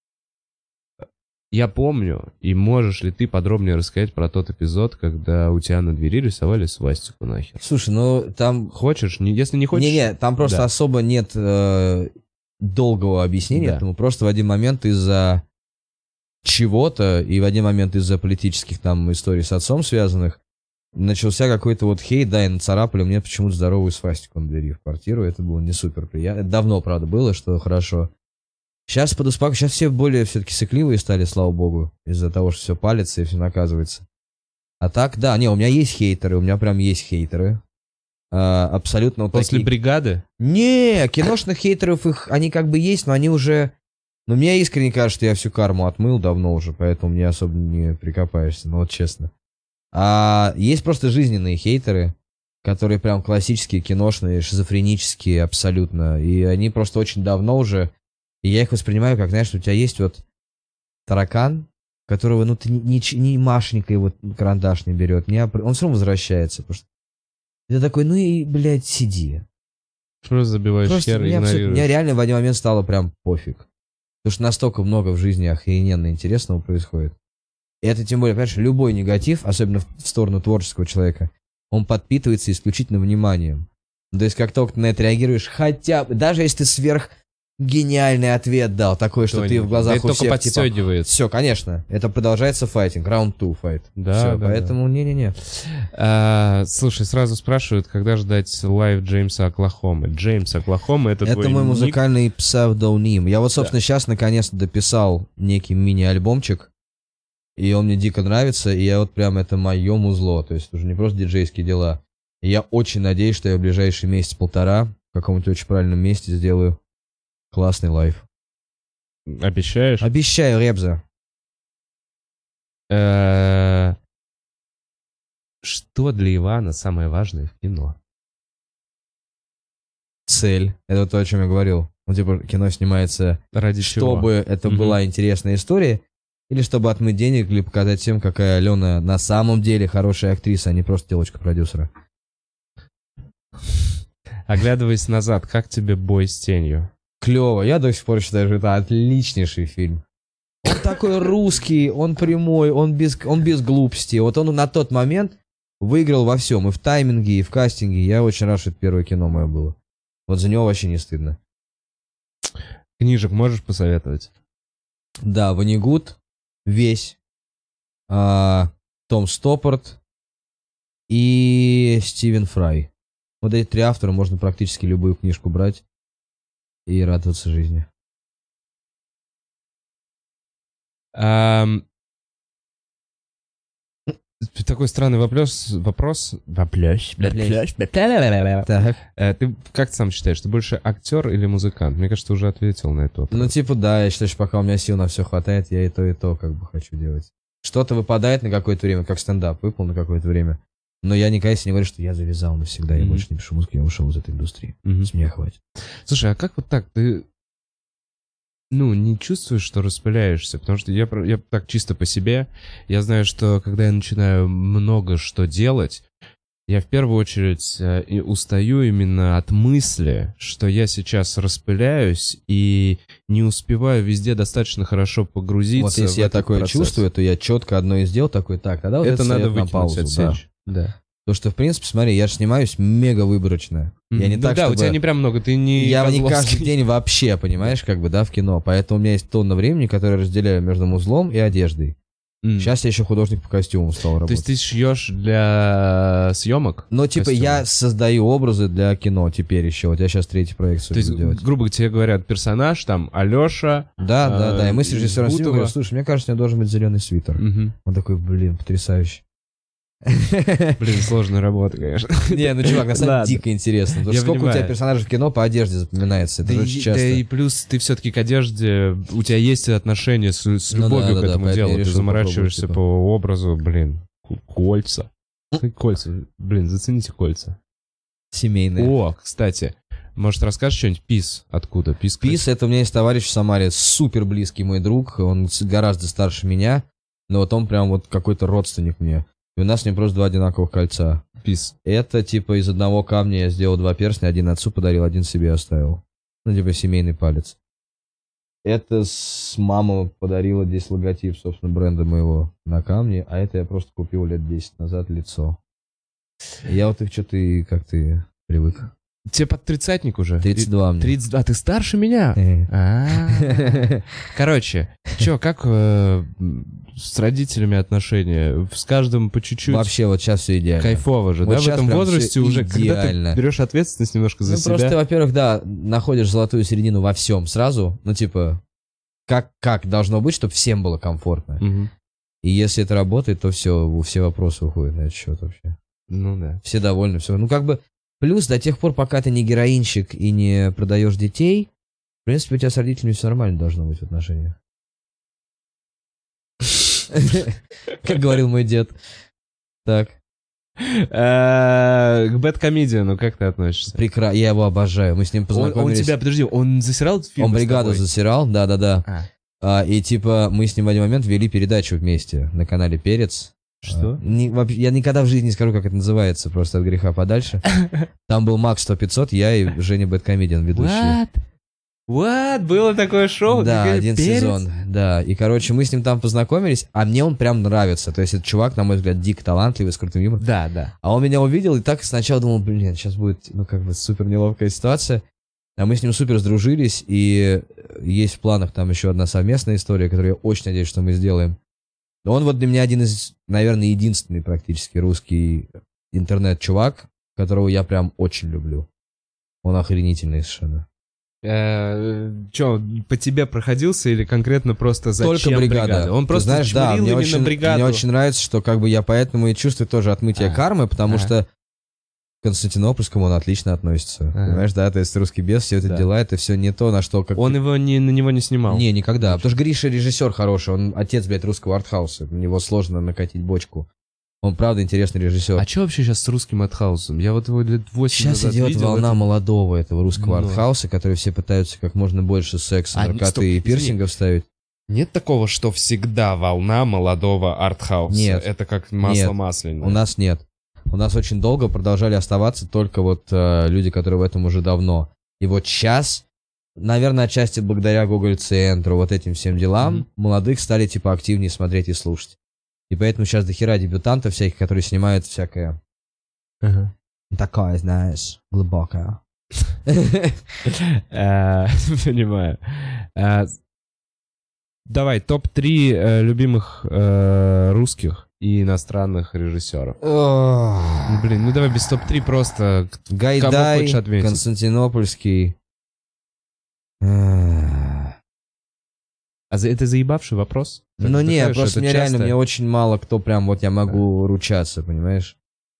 Я помню, и можешь ли ты подробнее рассказать про тот эпизод, когда у тебя на двери рисовали свастику нахер? Слушай, ну там... Хочешь? Если не хочешь... Не-не, там просто особо нет долгого объяснения этому. Просто в один момент из-за чего-то и в один момент из-за политических там историй с отцом связанных начался какой-то вот хейт, да, и нацарапали мне почему-то здоровую свастику на двери в квартиру. Это было не супер приятно. Это давно, правда, было, что хорошо. Сейчас подуспокоюсь. Сейчас все более все-таки сыкливые стали, слава богу, из-за того, что все палится и все наказывается. А так, да, не, у меня есть хейтеры, у меня прям есть хейтеры. Абсолютно вот После такие... бригады? Не, киношных хейтеров их, они как бы есть, но они уже, Но мне искренне кажется, что я всю карму отмыл давно уже, поэтому мне особо не прикопаешься, ну вот честно. А есть просто жизненные хейтеры, которые прям классические, киношные, шизофренические абсолютно. И они просто очень давно уже, и я их воспринимаю как, знаешь, у тебя есть вот таракан, которого, ну, ты ни Машенька его карандаш не берет, он все равно возвращается. Потому что ты такой, ну и, блядь, сиди. Просто забиваешь хер и игнорируешь. Мне реально в один момент стало прям пофиг. Потому что настолько много в жизни охрененно интересного происходит. И это тем более, понимаешь, любой негатив, особенно в сторону творческого человека, он подпитывается исключительно вниманием. То есть как только ты на это реагируешь, хотя бы, даже если ты гениальный ответ дал, такой, что ты в глазах у всех, только подстегивает. Все, конечно, это продолжается файтинг, раунд 2 файт. Да, все, да, поэтому не-не-не. Слушай, сразу спрашивают, когда ждать лайв Джеймса Оклахомы. Джеймс Оклахома — это твой мой ник? музыкальный псевдоним. Я вот, собственно, сейчас наконец-то дописал некий мини-альбомчик, и он мне дико нравится, и я вот прям, это мое музло, то есть уже не просто диджейские дела. И я очень надеюсь, что я в ближайший месяц-полтора в каком-нибудь очень правильном месте сделаю классный лайв. Обещаешь? Обещаю, Ребза. Что для Ивана самое важное в кино? Цель. Это вот то, о чем я говорил. Ну, типа, кино снимается, Ради чтобы это была интересная история, или чтобы отмыть денег, или показать всем, какая Алена на самом деле хорошая актриса, а не просто девочка продюсера. Оглядываясь назад, как тебе «Бой с тенью»? Клево. Я до сих пор считаю, что это отличнейший фильм. Он такой русский, он прямой, он без глупости. Вот он на тот момент выиграл во всем. И в тайминге, и в кастинге. Я очень рад, что это первое кино мое было. Вот за него вообще не стыдно. Книжек можешь посоветовать? Да, Вонигут, весь. Том Стоппард и Стивен Фрай. Вот эти 3 автора, можно практически любую книжку брать и радоваться жизни. Такой странный вопрос. Так. Ты как ты сам считаешь, ты больше актер или музыкант? Мне кажется, ты уже ответил на это. Ну, типа, да, я считаю, что пока у меня сил на все хватает, я и то как бы хочу делать. Что-то выпадает на какое-то время, как стендап выпал на какое-то время. Но я никогда не говорю, что я завязал навсегда, я больше не пишу музыку, я ушел из этой индустрии. С меня хватит. Слушай, а как вот так? Ты, не чувствуешь, что распыляешься? Потому что я так чисто по себе. Я знаю, что когда я начинаю много что делать, я в первую очередь устаю именно от мысли, что я сейчас распыляюсь и не успеваю везде достаточно хорошо погрузиться. Вот если я такое чувствую, то я четко одно и сделал, такой, так, тогда вот это надо на паузу. Отсечь. Да. Потому что, в принципе, смотри, я же снимаюсь мега выборочно. Я не так, чтобы... у тебя не прям много, ты не Я не Козловский. каждый день вообще, понимаешь, как бы, да, в кино. Поэтому у меня есть тонна времени, которое я разделяю между музлом и одеждой. Сейчас я еще художник по костюмам стал работать. То есть ты шьешь для съемок? Но, типа, костюмы? я создаю образы для кино теперь еще. Вот я сейчас 3-й проект То есть, делать. грубо тебе говорят, персонаж, там, Алеша. Да. И мы с режиссером Бутова. говорим, слушай, мне кажется, у меня должен быть зеленый свитер. Он такой, блин, потрясающе. Блин, сложная работа, конечно. Не, ну, чувак, на самом деле дико интересно. Потому что сколько у тебя персонажей в кино по одежде запоминается? Это же очень часто. Да и плюс ты все-таки к одежде, у тебя есть отношение с любовью к этому делу. Ты заморачиваешься по образу, блин, кольца. Кольца, блин, зацените кольца. Семейные. О, кстати, может, расскажешь что-нибудь? Пис откуда? Пис, это у меня есть товарищ в Самаре, супер близкий мой друг, он гораздо старше меня, но вот он прям вот какой-то родственник мне. И у нас с ним просто 2 одинаковых кольца. Пис. Это, типа, из одного камня я сделал 2 перстня, один отцу подарил, один себе оставил. Ну, типа, семейный палец. Это мама подарила здесь логотип, собственно, бренда моего на камне, а это я просто купил лет 10 назад лицо. И я вот их что-то как ты привык. Тебе под 30-ник уже? 32 мне. 32, ты старше меня? Короче, как с родителями отношения? С каждым по чуть-чуть? Вообще, вот сейчас все идеально. Кайфово же, вот да? В этом возрасте уже, идеально. когда ты берешь ответственность немножко за себя. Просто ты, во-первых, да, находишь золотую середину во всем сразу. Ну, типа, как должно быть, чтобы всем было комфортно. И если это работает, то все вопросы уходят на этот счет вообще. Ну да. Все довольны, все. Ну, как бы, плюс до тех пор, пока ты не героинщик и не продаешь детей, В принципе, у тебя с родителями все нормально должно быть в отношениях. Как говорил мой дед. Так. К Бэдкомедиану как ты относишься? Прекрасно, я его обожаю. Мы с ним познакомились. Он тебя, подожди, он засирал фильм? Он «Бригаду» засирал, да-да-да. И типа мы с ним в один момент вели передачу вместе на канале «Перец». Что? Я никогда в жизни не скажу, как это называется, просто от греха подальше. Там был Макс 100-500, я и Женя Бэдкомедиан, ведущий. What? Было такое шоу? Да, один сезон, да. И, короче, мы с ним там познакомились, а мне он прям нравится. То есть этот чувак, на мой взгляд, дико талантливый, с крутым юмором. Да, да. А он меня увидел, и так сначала думал, блин, сейчас будет, супер неловкая ситуация. А мы с ним супер сдружились, и есть в планах там еще одна совместная история, которую я очень надеюсь, что мы сделаем. Но он вот для меня один из, наверное, единственный практически русский интернет-чувак, которого я прям очень люблю. Он охренительный совершенно. Че, по тебе проходился или конкретно просто зачем только бригада? Он просто знаешь, да, мне бригаду. Мне очень нравится, что как бы я поэтому и чувствую тоже отмытие кармы, потому что к Константинопольскому он отлично относится. Понимаешь, да, то есть русский бес, все это дела, это все не то, на что... Он на него не снимал? Не, никогда. Потому что Гриша режиссер хороший, он отец, блядь, русского артхауса. На него сложно накатить бочку. Он, правда, интересный режиссер. А что вообще сейчас с русским артхаусом? Я вот его лет 8 назад видел. Сейчас идет волна молодого этого русского артхауса, который все пытаются как можно больше секса, наркоты и пирсингов ставить. Нет такого, что всегда волна молодого артхауса? Нет. Это как масло масляное? У нас нет. У нас очень долго продолжали оставаться только вот люди, которые в этом уже давно. И вот сейчас, наверное, отчасти благодаря Гоголь-центру, вот этим всем делам, молодых стали типа активнее смотреть и слушать. И поэтому сейчас дохера дебютантов всяких, которые снимают всякое... Такое, знаешь, глубокое. Понимаю. Давай, топ-3 любимых русских и иностранных режиссеров. Блин, ну давай без топ-3 просто. Гайдай, Константинопольский. А это заебавший вопрос? Ну нет, просто мне реально, мне очень мало кто прям вот я могу ручаться, понимаешь?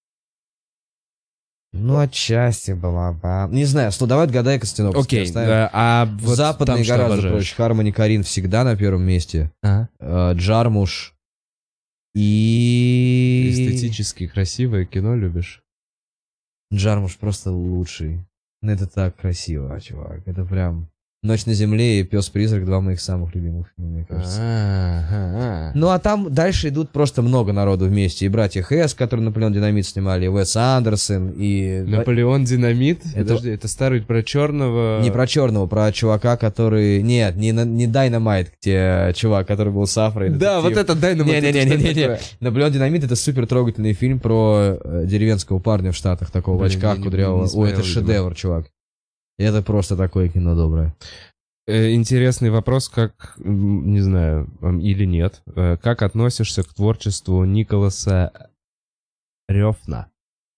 Ну, отчасти была бы. Не знаю, давай отгадай Константинопольский. Окей, а вот западный гораздо проще. Хармони Корин всегда на первом месте. Джармуш. И... Эстетически красивое кино любишь? Джармуш просто лучший. Ну, это так красиво, чувак. Это прям... «Ночь на земле» и «Пес-призрак» — два моих самых любимых фильма, мне кажется. Ну, а там дальше идут просто много народу вместе. И братья Хэс, которые «Наполеон Динамит» снимали, и Уэс Андерсон, и... «Наполеон Динамит»? Подожди, это старый про черного... Не про черного, про чувака, который... Нет, не Дайнамайт, где чувак, который был с Афрой. Да, вот это Дайнамайт. Не-не-не. «Наполеон Динамит» — это супер трогательный фильм про деревенского парня в Штатах, такого в очках кудрявого. Ой, это шедевр, чувак. Это просто такое кино доброе. Интересный вопрос, как, не знаю, или нет, как относишься к творчеству Николаса Рёфна?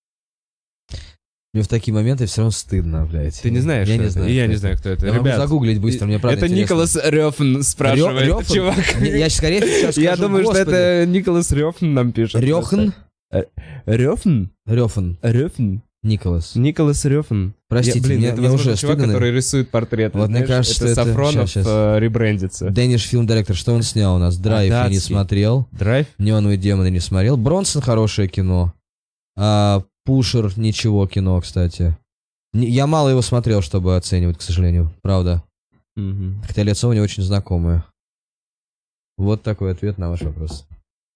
Мне в такие моменты все равно стыдно, блядь. Ты не знаешь, я не знаю, я не знаю, кто это. Я могу загуглить быстро, мне правда это интересно. Николас Рёфн спрашивает, Рёфн? чувак. Я скорее сейчас скажу, я думаю, господи. что это Николас Рёфн нам пишет. Рёхн? Рёфн? Рёфн. Николас Рёфн. Простите, мне уже чувак, стыдно. который рисует портреты. Вот мне кажется, что это Сафронов ребрендится. Дэниш фильм-директор, что он снял у нас? «Драйв» я не смотрел. «Драйв»? «Неоновые демоны» не смотрел. «Бронсон» хорошее кино. «Пушер» ничего кино, кстати. Я мало его смотрел, чтобы оценивать, к сожалению. Правда. Хотя лицо у него очень знакомое. Вот такой ответ на ваш вопрос.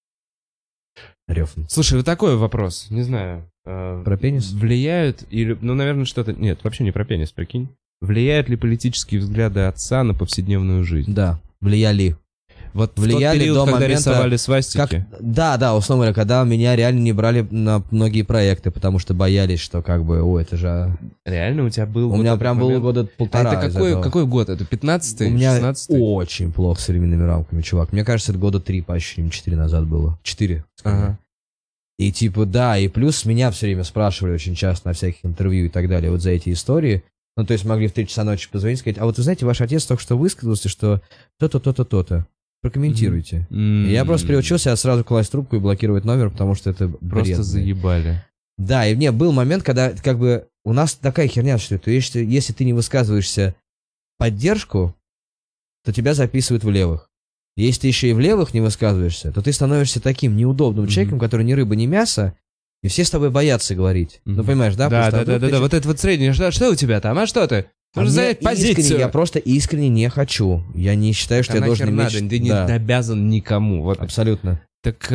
Рёфн. Слушай, вот такой вопрос. Не знаю. Про пенис? Влияют или... Ну, наверное, что-то... Нет, вообще не про пенис, прикинь. Влияют ли политические взгляды отца на повседневную жизнь? Да, влияли. Вот влияли в тот период, до когда момента, рисовали свастики? Да, условно говоря, когда меня реально не брали на многие проекты, потому что боялись, что как бы, это же... Реально у тебя был... У меня прям было года полтора. А это какой год? Это 15-й, 16-й? У меня очень плохо с временными рамками, чувак. Мне кажется, это года 3 почти, 4 назад было. 4, скажем. Ага. И типа, да, и плюс меня все время спрашивали очень часто на всяких интервью и так далее вот за эти истории. Ну, то есть могли в 3 часа ночи позвонить и сказать, а вот вы знаете, ваш отец только что высказался, что то-то, то-то, то-то. Прокомментируйте. И я просто приучился сразу класть трубку и блокировать номер, потому что это просто бредно. Заебали. Да, и мне был момент, когда как бы у нас такая херня, что если ты не высказываешься поддержку, то тебя записывают в левых. Если ты еще и в левых не высказываешься, то ты становишься таким неудобным человеком, который ни рыба, ни мясо, и все с тобой боятся говорить. Ну, понимаешь, да? Да. Вот это вот среднее. Что у тебя там? А что ты? Нужно занять позицию. Я просто искренне не хочу. Я не считаю, что я должен иметь... Ты не обязан никому. Вот. Абсолютно. Так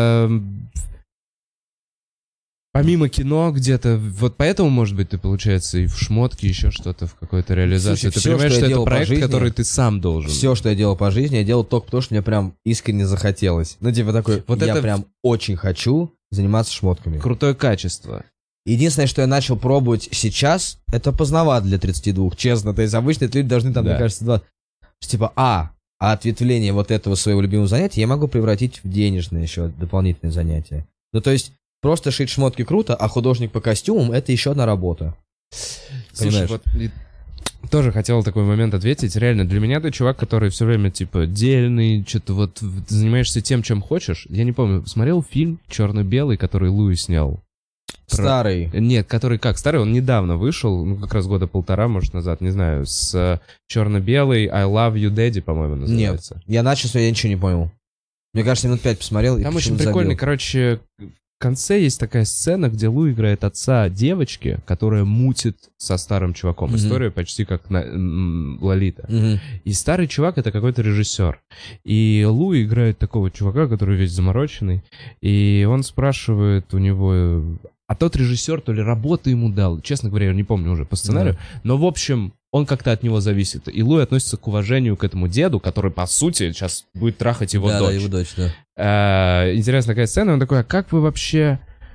помимо кино где-то, вот поэтому, может быть, ты, получается, и в шмотке еще что-то в какой-то реализации. Слушай, ты все, понимаешь, что это проект, жизни, который ты сам должен. Все, что я делал по жизни, я делал только потому, что мне прям искренне захотелось. Ну, типа такой, вот я прям очень хочу заниматься шмотками. Крутое качество. Единственное, что я начал пробовать сейчас, это поздновато для 32, честно. То есть обычно люди должны там, мне кажется, типа, ответвление вот этого своего любимого занятия я могу превратить в денежное еще дополнительное занятие. Ну, то есть, просто шить шмотки круто, а художник по костюмам — это еще одна работа. Слушай, вот тоже хотел такой момент ответить. Реально, для меня ты чувак, который все время, типа, дельный, что-то вот занимаешься тем, чем хочешь. Я не помню, смотрел фильм «Черно-белый», который Луи снял? Старый. Нет, который как? Старый, он недавно вышел, ну, как раз года полтора, может, назад, не знаю, с черно-белый I Love You Daddy, по-моему, называется. Нет, я начал, я ничего не понял. Мне кажется, минут 5 посмотрел и там очень прикольный, короче, в конце есть такая сцена, где Лу играет отца девочки, которая мутит со старым чуваком. История почти как Лолита. И старый чувак — это какой-то режиссер. И Лу играет такого чувака, который весь замороченный. И он спрашивает у него... А тот режиссер то ли работу ему дал, честно говоря, я не помню уже по сценарию, но, в общем, он как-то от него зависит. И Луи относится к уважению к этому деду, который, по сути, сейчас будет трахать его дочь. Да, его дочь, да. Интересная такая сцена, он такой, а как вы вообще,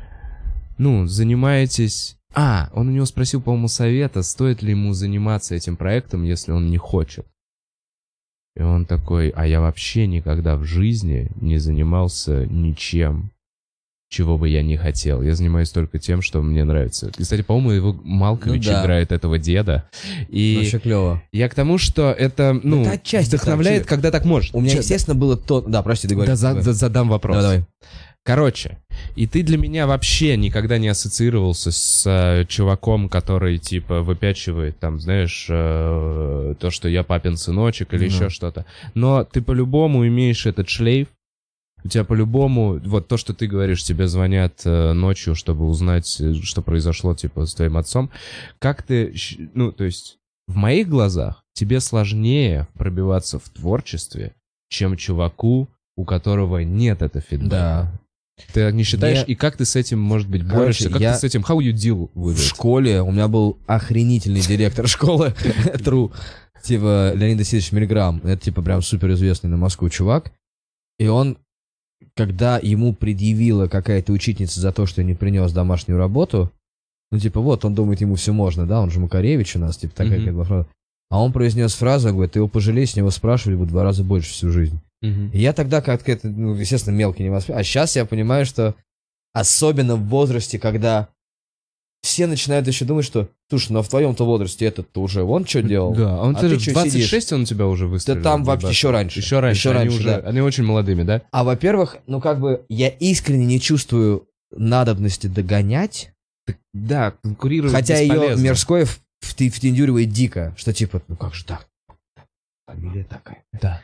занимаетесь... Он у него спросил, по-моему, совета, стоит ли ему заниматься этим проектом, если он не хочет. И он такой, я вообще никогда в жизни не занимался ничем, чего бы я не хотел. Я занимаюсь только тем, что мне нравится. И, кстати, по-моему, его Малкович играет этого деда. И вообще клево. Я к тому, что это, вдохновляет, так, когда так можешь. У меня, естественно, было то... Да, прости, ты говоришь. Задам вопрос. Давай. Короче, и ты для меня вообще никогда не ассоциировался с чуваком, который, типа, выпячивает, там, знаешь, то, что я папин сыночек или еще что-то. Но ты по-любому имеешь этот шлейф. У тебя по-любому, вот то, что ты говоришь, тебе звонят ночью, чтобы узнать, что произошло, типа, с твоим отцом. Как ты, то есть, в моих глазах тебе сложнее пробиваться в творчестве, чем чуваку, у которого нет этого фидбэка. Да. Ты не считаешь? И как ты с этим, может быть, борешься? Как ты с этим, how you deal with it? В школе у меня был охренительный директор школы, True, типа, Леонид Васильевич Мильграм. Это, типа, прям суперизвестный на Москву чувак. И он... Когда ему предъявила какая-то учительница за то, что не принес домашнюю работу, вот, он думает, ему все можно, да, он же Макаревич у нас, типа, такая как бы фраза. А он произнес фразу, говорит, ты его пожалей, с него спрашивали бы 2 раза больше всю жизнь. И я тогда как-то это, естественно, мелкий не воспринял. А сейчас я понимаю, что особенно в возрасте, когда все начинают еще думать, что, слушай, в твоем-то возрасте этот-то уже вон что делал. Да, он ты в 26 сидишь? Он у тебя уже выстрелил. Да там вообще еще раньше. Еще раньше, да. Они очень молодыми, да? А во-первых, я искренне не чувствую надобности догонять. Да, конкурировать хотя бесполезно. Ее Мирское втендюривает дико, что типа, как же так? Фамилия такая. Да.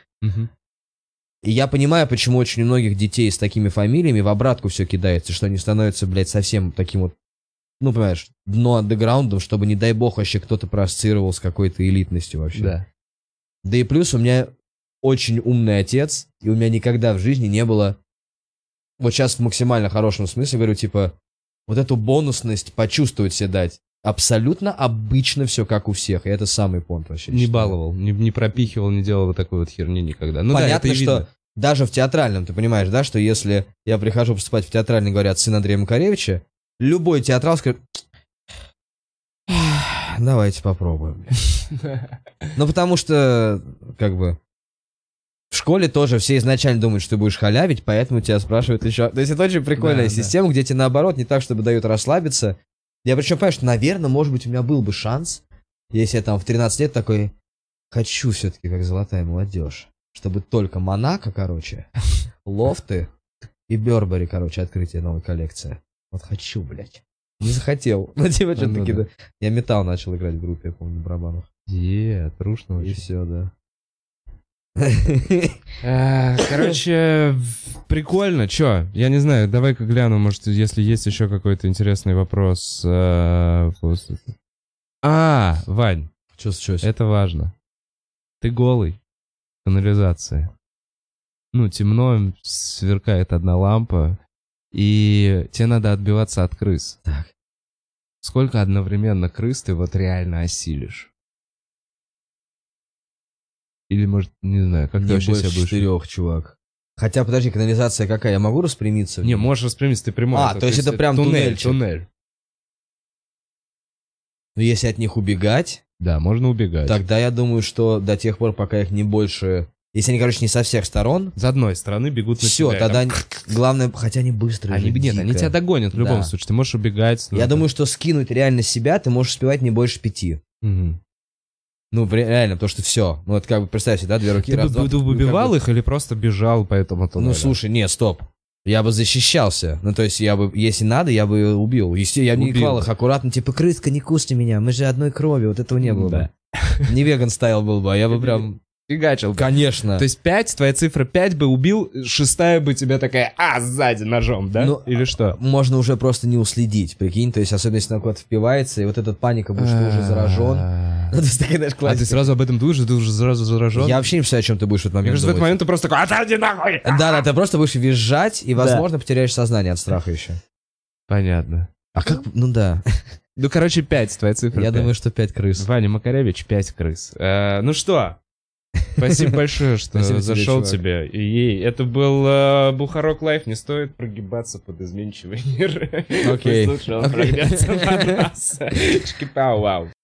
И я понимаю, почему очень у многих детей с такими фамилиями в обратку все кидается, что они становятся, блядь, совсем таким вот, понимаешь, дно андеграундом, чтобы, не дай бог, вообще кто-то проассоциировал с какой-то элитностью вообще. Да. Да и плюс у меня очень умный отец, и у меня никогда в жизни не было, вот сейчас в максимально хорошем смысле говорю, типа, вот эту бонусность почувствовать себе дать. Абсолютно обычно все как у всех, и это самый понт вообще. Не баловал, не пропихивал, не делал вот такой вот херни никогда. Понятно, да, это что даже в театральном, ты понимаешь, да, что если я прихожу поступать в театральный, говорят, сын Андрея Макаревича, любой театрал скажет, давайте попробуем. Потому что, как бы, в школе тоже все изначально думают, что ты будешь халявить, поэтому тебя спрашивают еще. То есть это очень прикольная система, где тебе наоборот не так, чтобы дают расслабиться. Я причем понимаю, что, наверное, может быть, у меня был бы шанс, если я там в 13 лет такой, хочу все-таки как золотая молодежь, чтобы только Монако, лофты и Бербери, открытие новой коллекции. Вот хочу, блядь. Не захотел. Я металл начал играть в группе, я помню, на барабанах. Трушно И очень. все, да. Короче, прикольно. Чё? Я не знаю, давай-ка гляну, может, если есть еще какой-то интересный вопрос. Вань, Чё? это важно. Ты голый. Канализация. Ну, темно, сверкает одна лампа, и тебе надо отбиваться от крыс. Так. Сколько одновременно крыс ты вот реально осилишь? Или, может, не знаю, как ты Не вообще больше себя будешь... 4, чувак. Хотя, подожди, канализация какая? Я могу распрямиться? в Не, ней? можешь распрямиться, ты прямой. То есть это прям туннельчик. Туннель. Но если от них убегать, Да, можно убегать. тогда я думаю, что до тех пор, пока их не больше... Если они, короче, не со всех сторон, С одной стороны бегут на все, тебя. тогда Там- главное... Хотя они быстрые Они, же, нет, они дико. тебя догонят в любом Да. случае. Ты можешь убегать. Я думаю, что скинуть реально себя ты можешь успевать не больше 5. Мгм. Ну, реально, потому что все. Ну, вот как бы, представь себе, да, 2 руки, Ты раз, два, бы ты как бы- выбивал их или просто бежал по этому туннелю? Ну, слушай, нет, стоп. Я бы защищался. Ну, то есть, я бы, если надо, я бы убил. Если я бы не Убил. клал их аккуратно, типа, крыска, не кусни меня, мы же одной крови, вот этого не было Да. бы. Не веган стайл был бы, а я бы прям... Фигачил. Конечно. То есть 5, твоя цифра 5 бы убил, 6 бы тебя такая, сзади ножом, да? Ну, Или что? Можно уже просто не уследить, прикинь. То есть, особенно если на куда-то впивается, и вот эта паника будет, что ты уже заражен. Ну, то есть, такая, знаешь, А ты классика. сразу об этом думаешь, и ты уже сразу заражен? Я вообще не представляю, о чем ты будешь в этот Мне момент кажется, в этот думать. момент ты просто такой, отойди нахуй! Да, ты просто будешь визжать, и, возможно, потеряешь сознание от страха еще. Понятно. А как... Ну да. Ну, короче, 5, твоя цифра Я 5. думаю, что 5 крыс. Ваня Макаревич, 5 крыс. Ну что, спасибо большое, что Спасибо тебе, зашел чувак. тебе. И это был Бухарок Лайф. Не стоит прогибаться под изменчивый мир. Окей. Пусть лучше он прогнется под нас. Чики-пау, вау.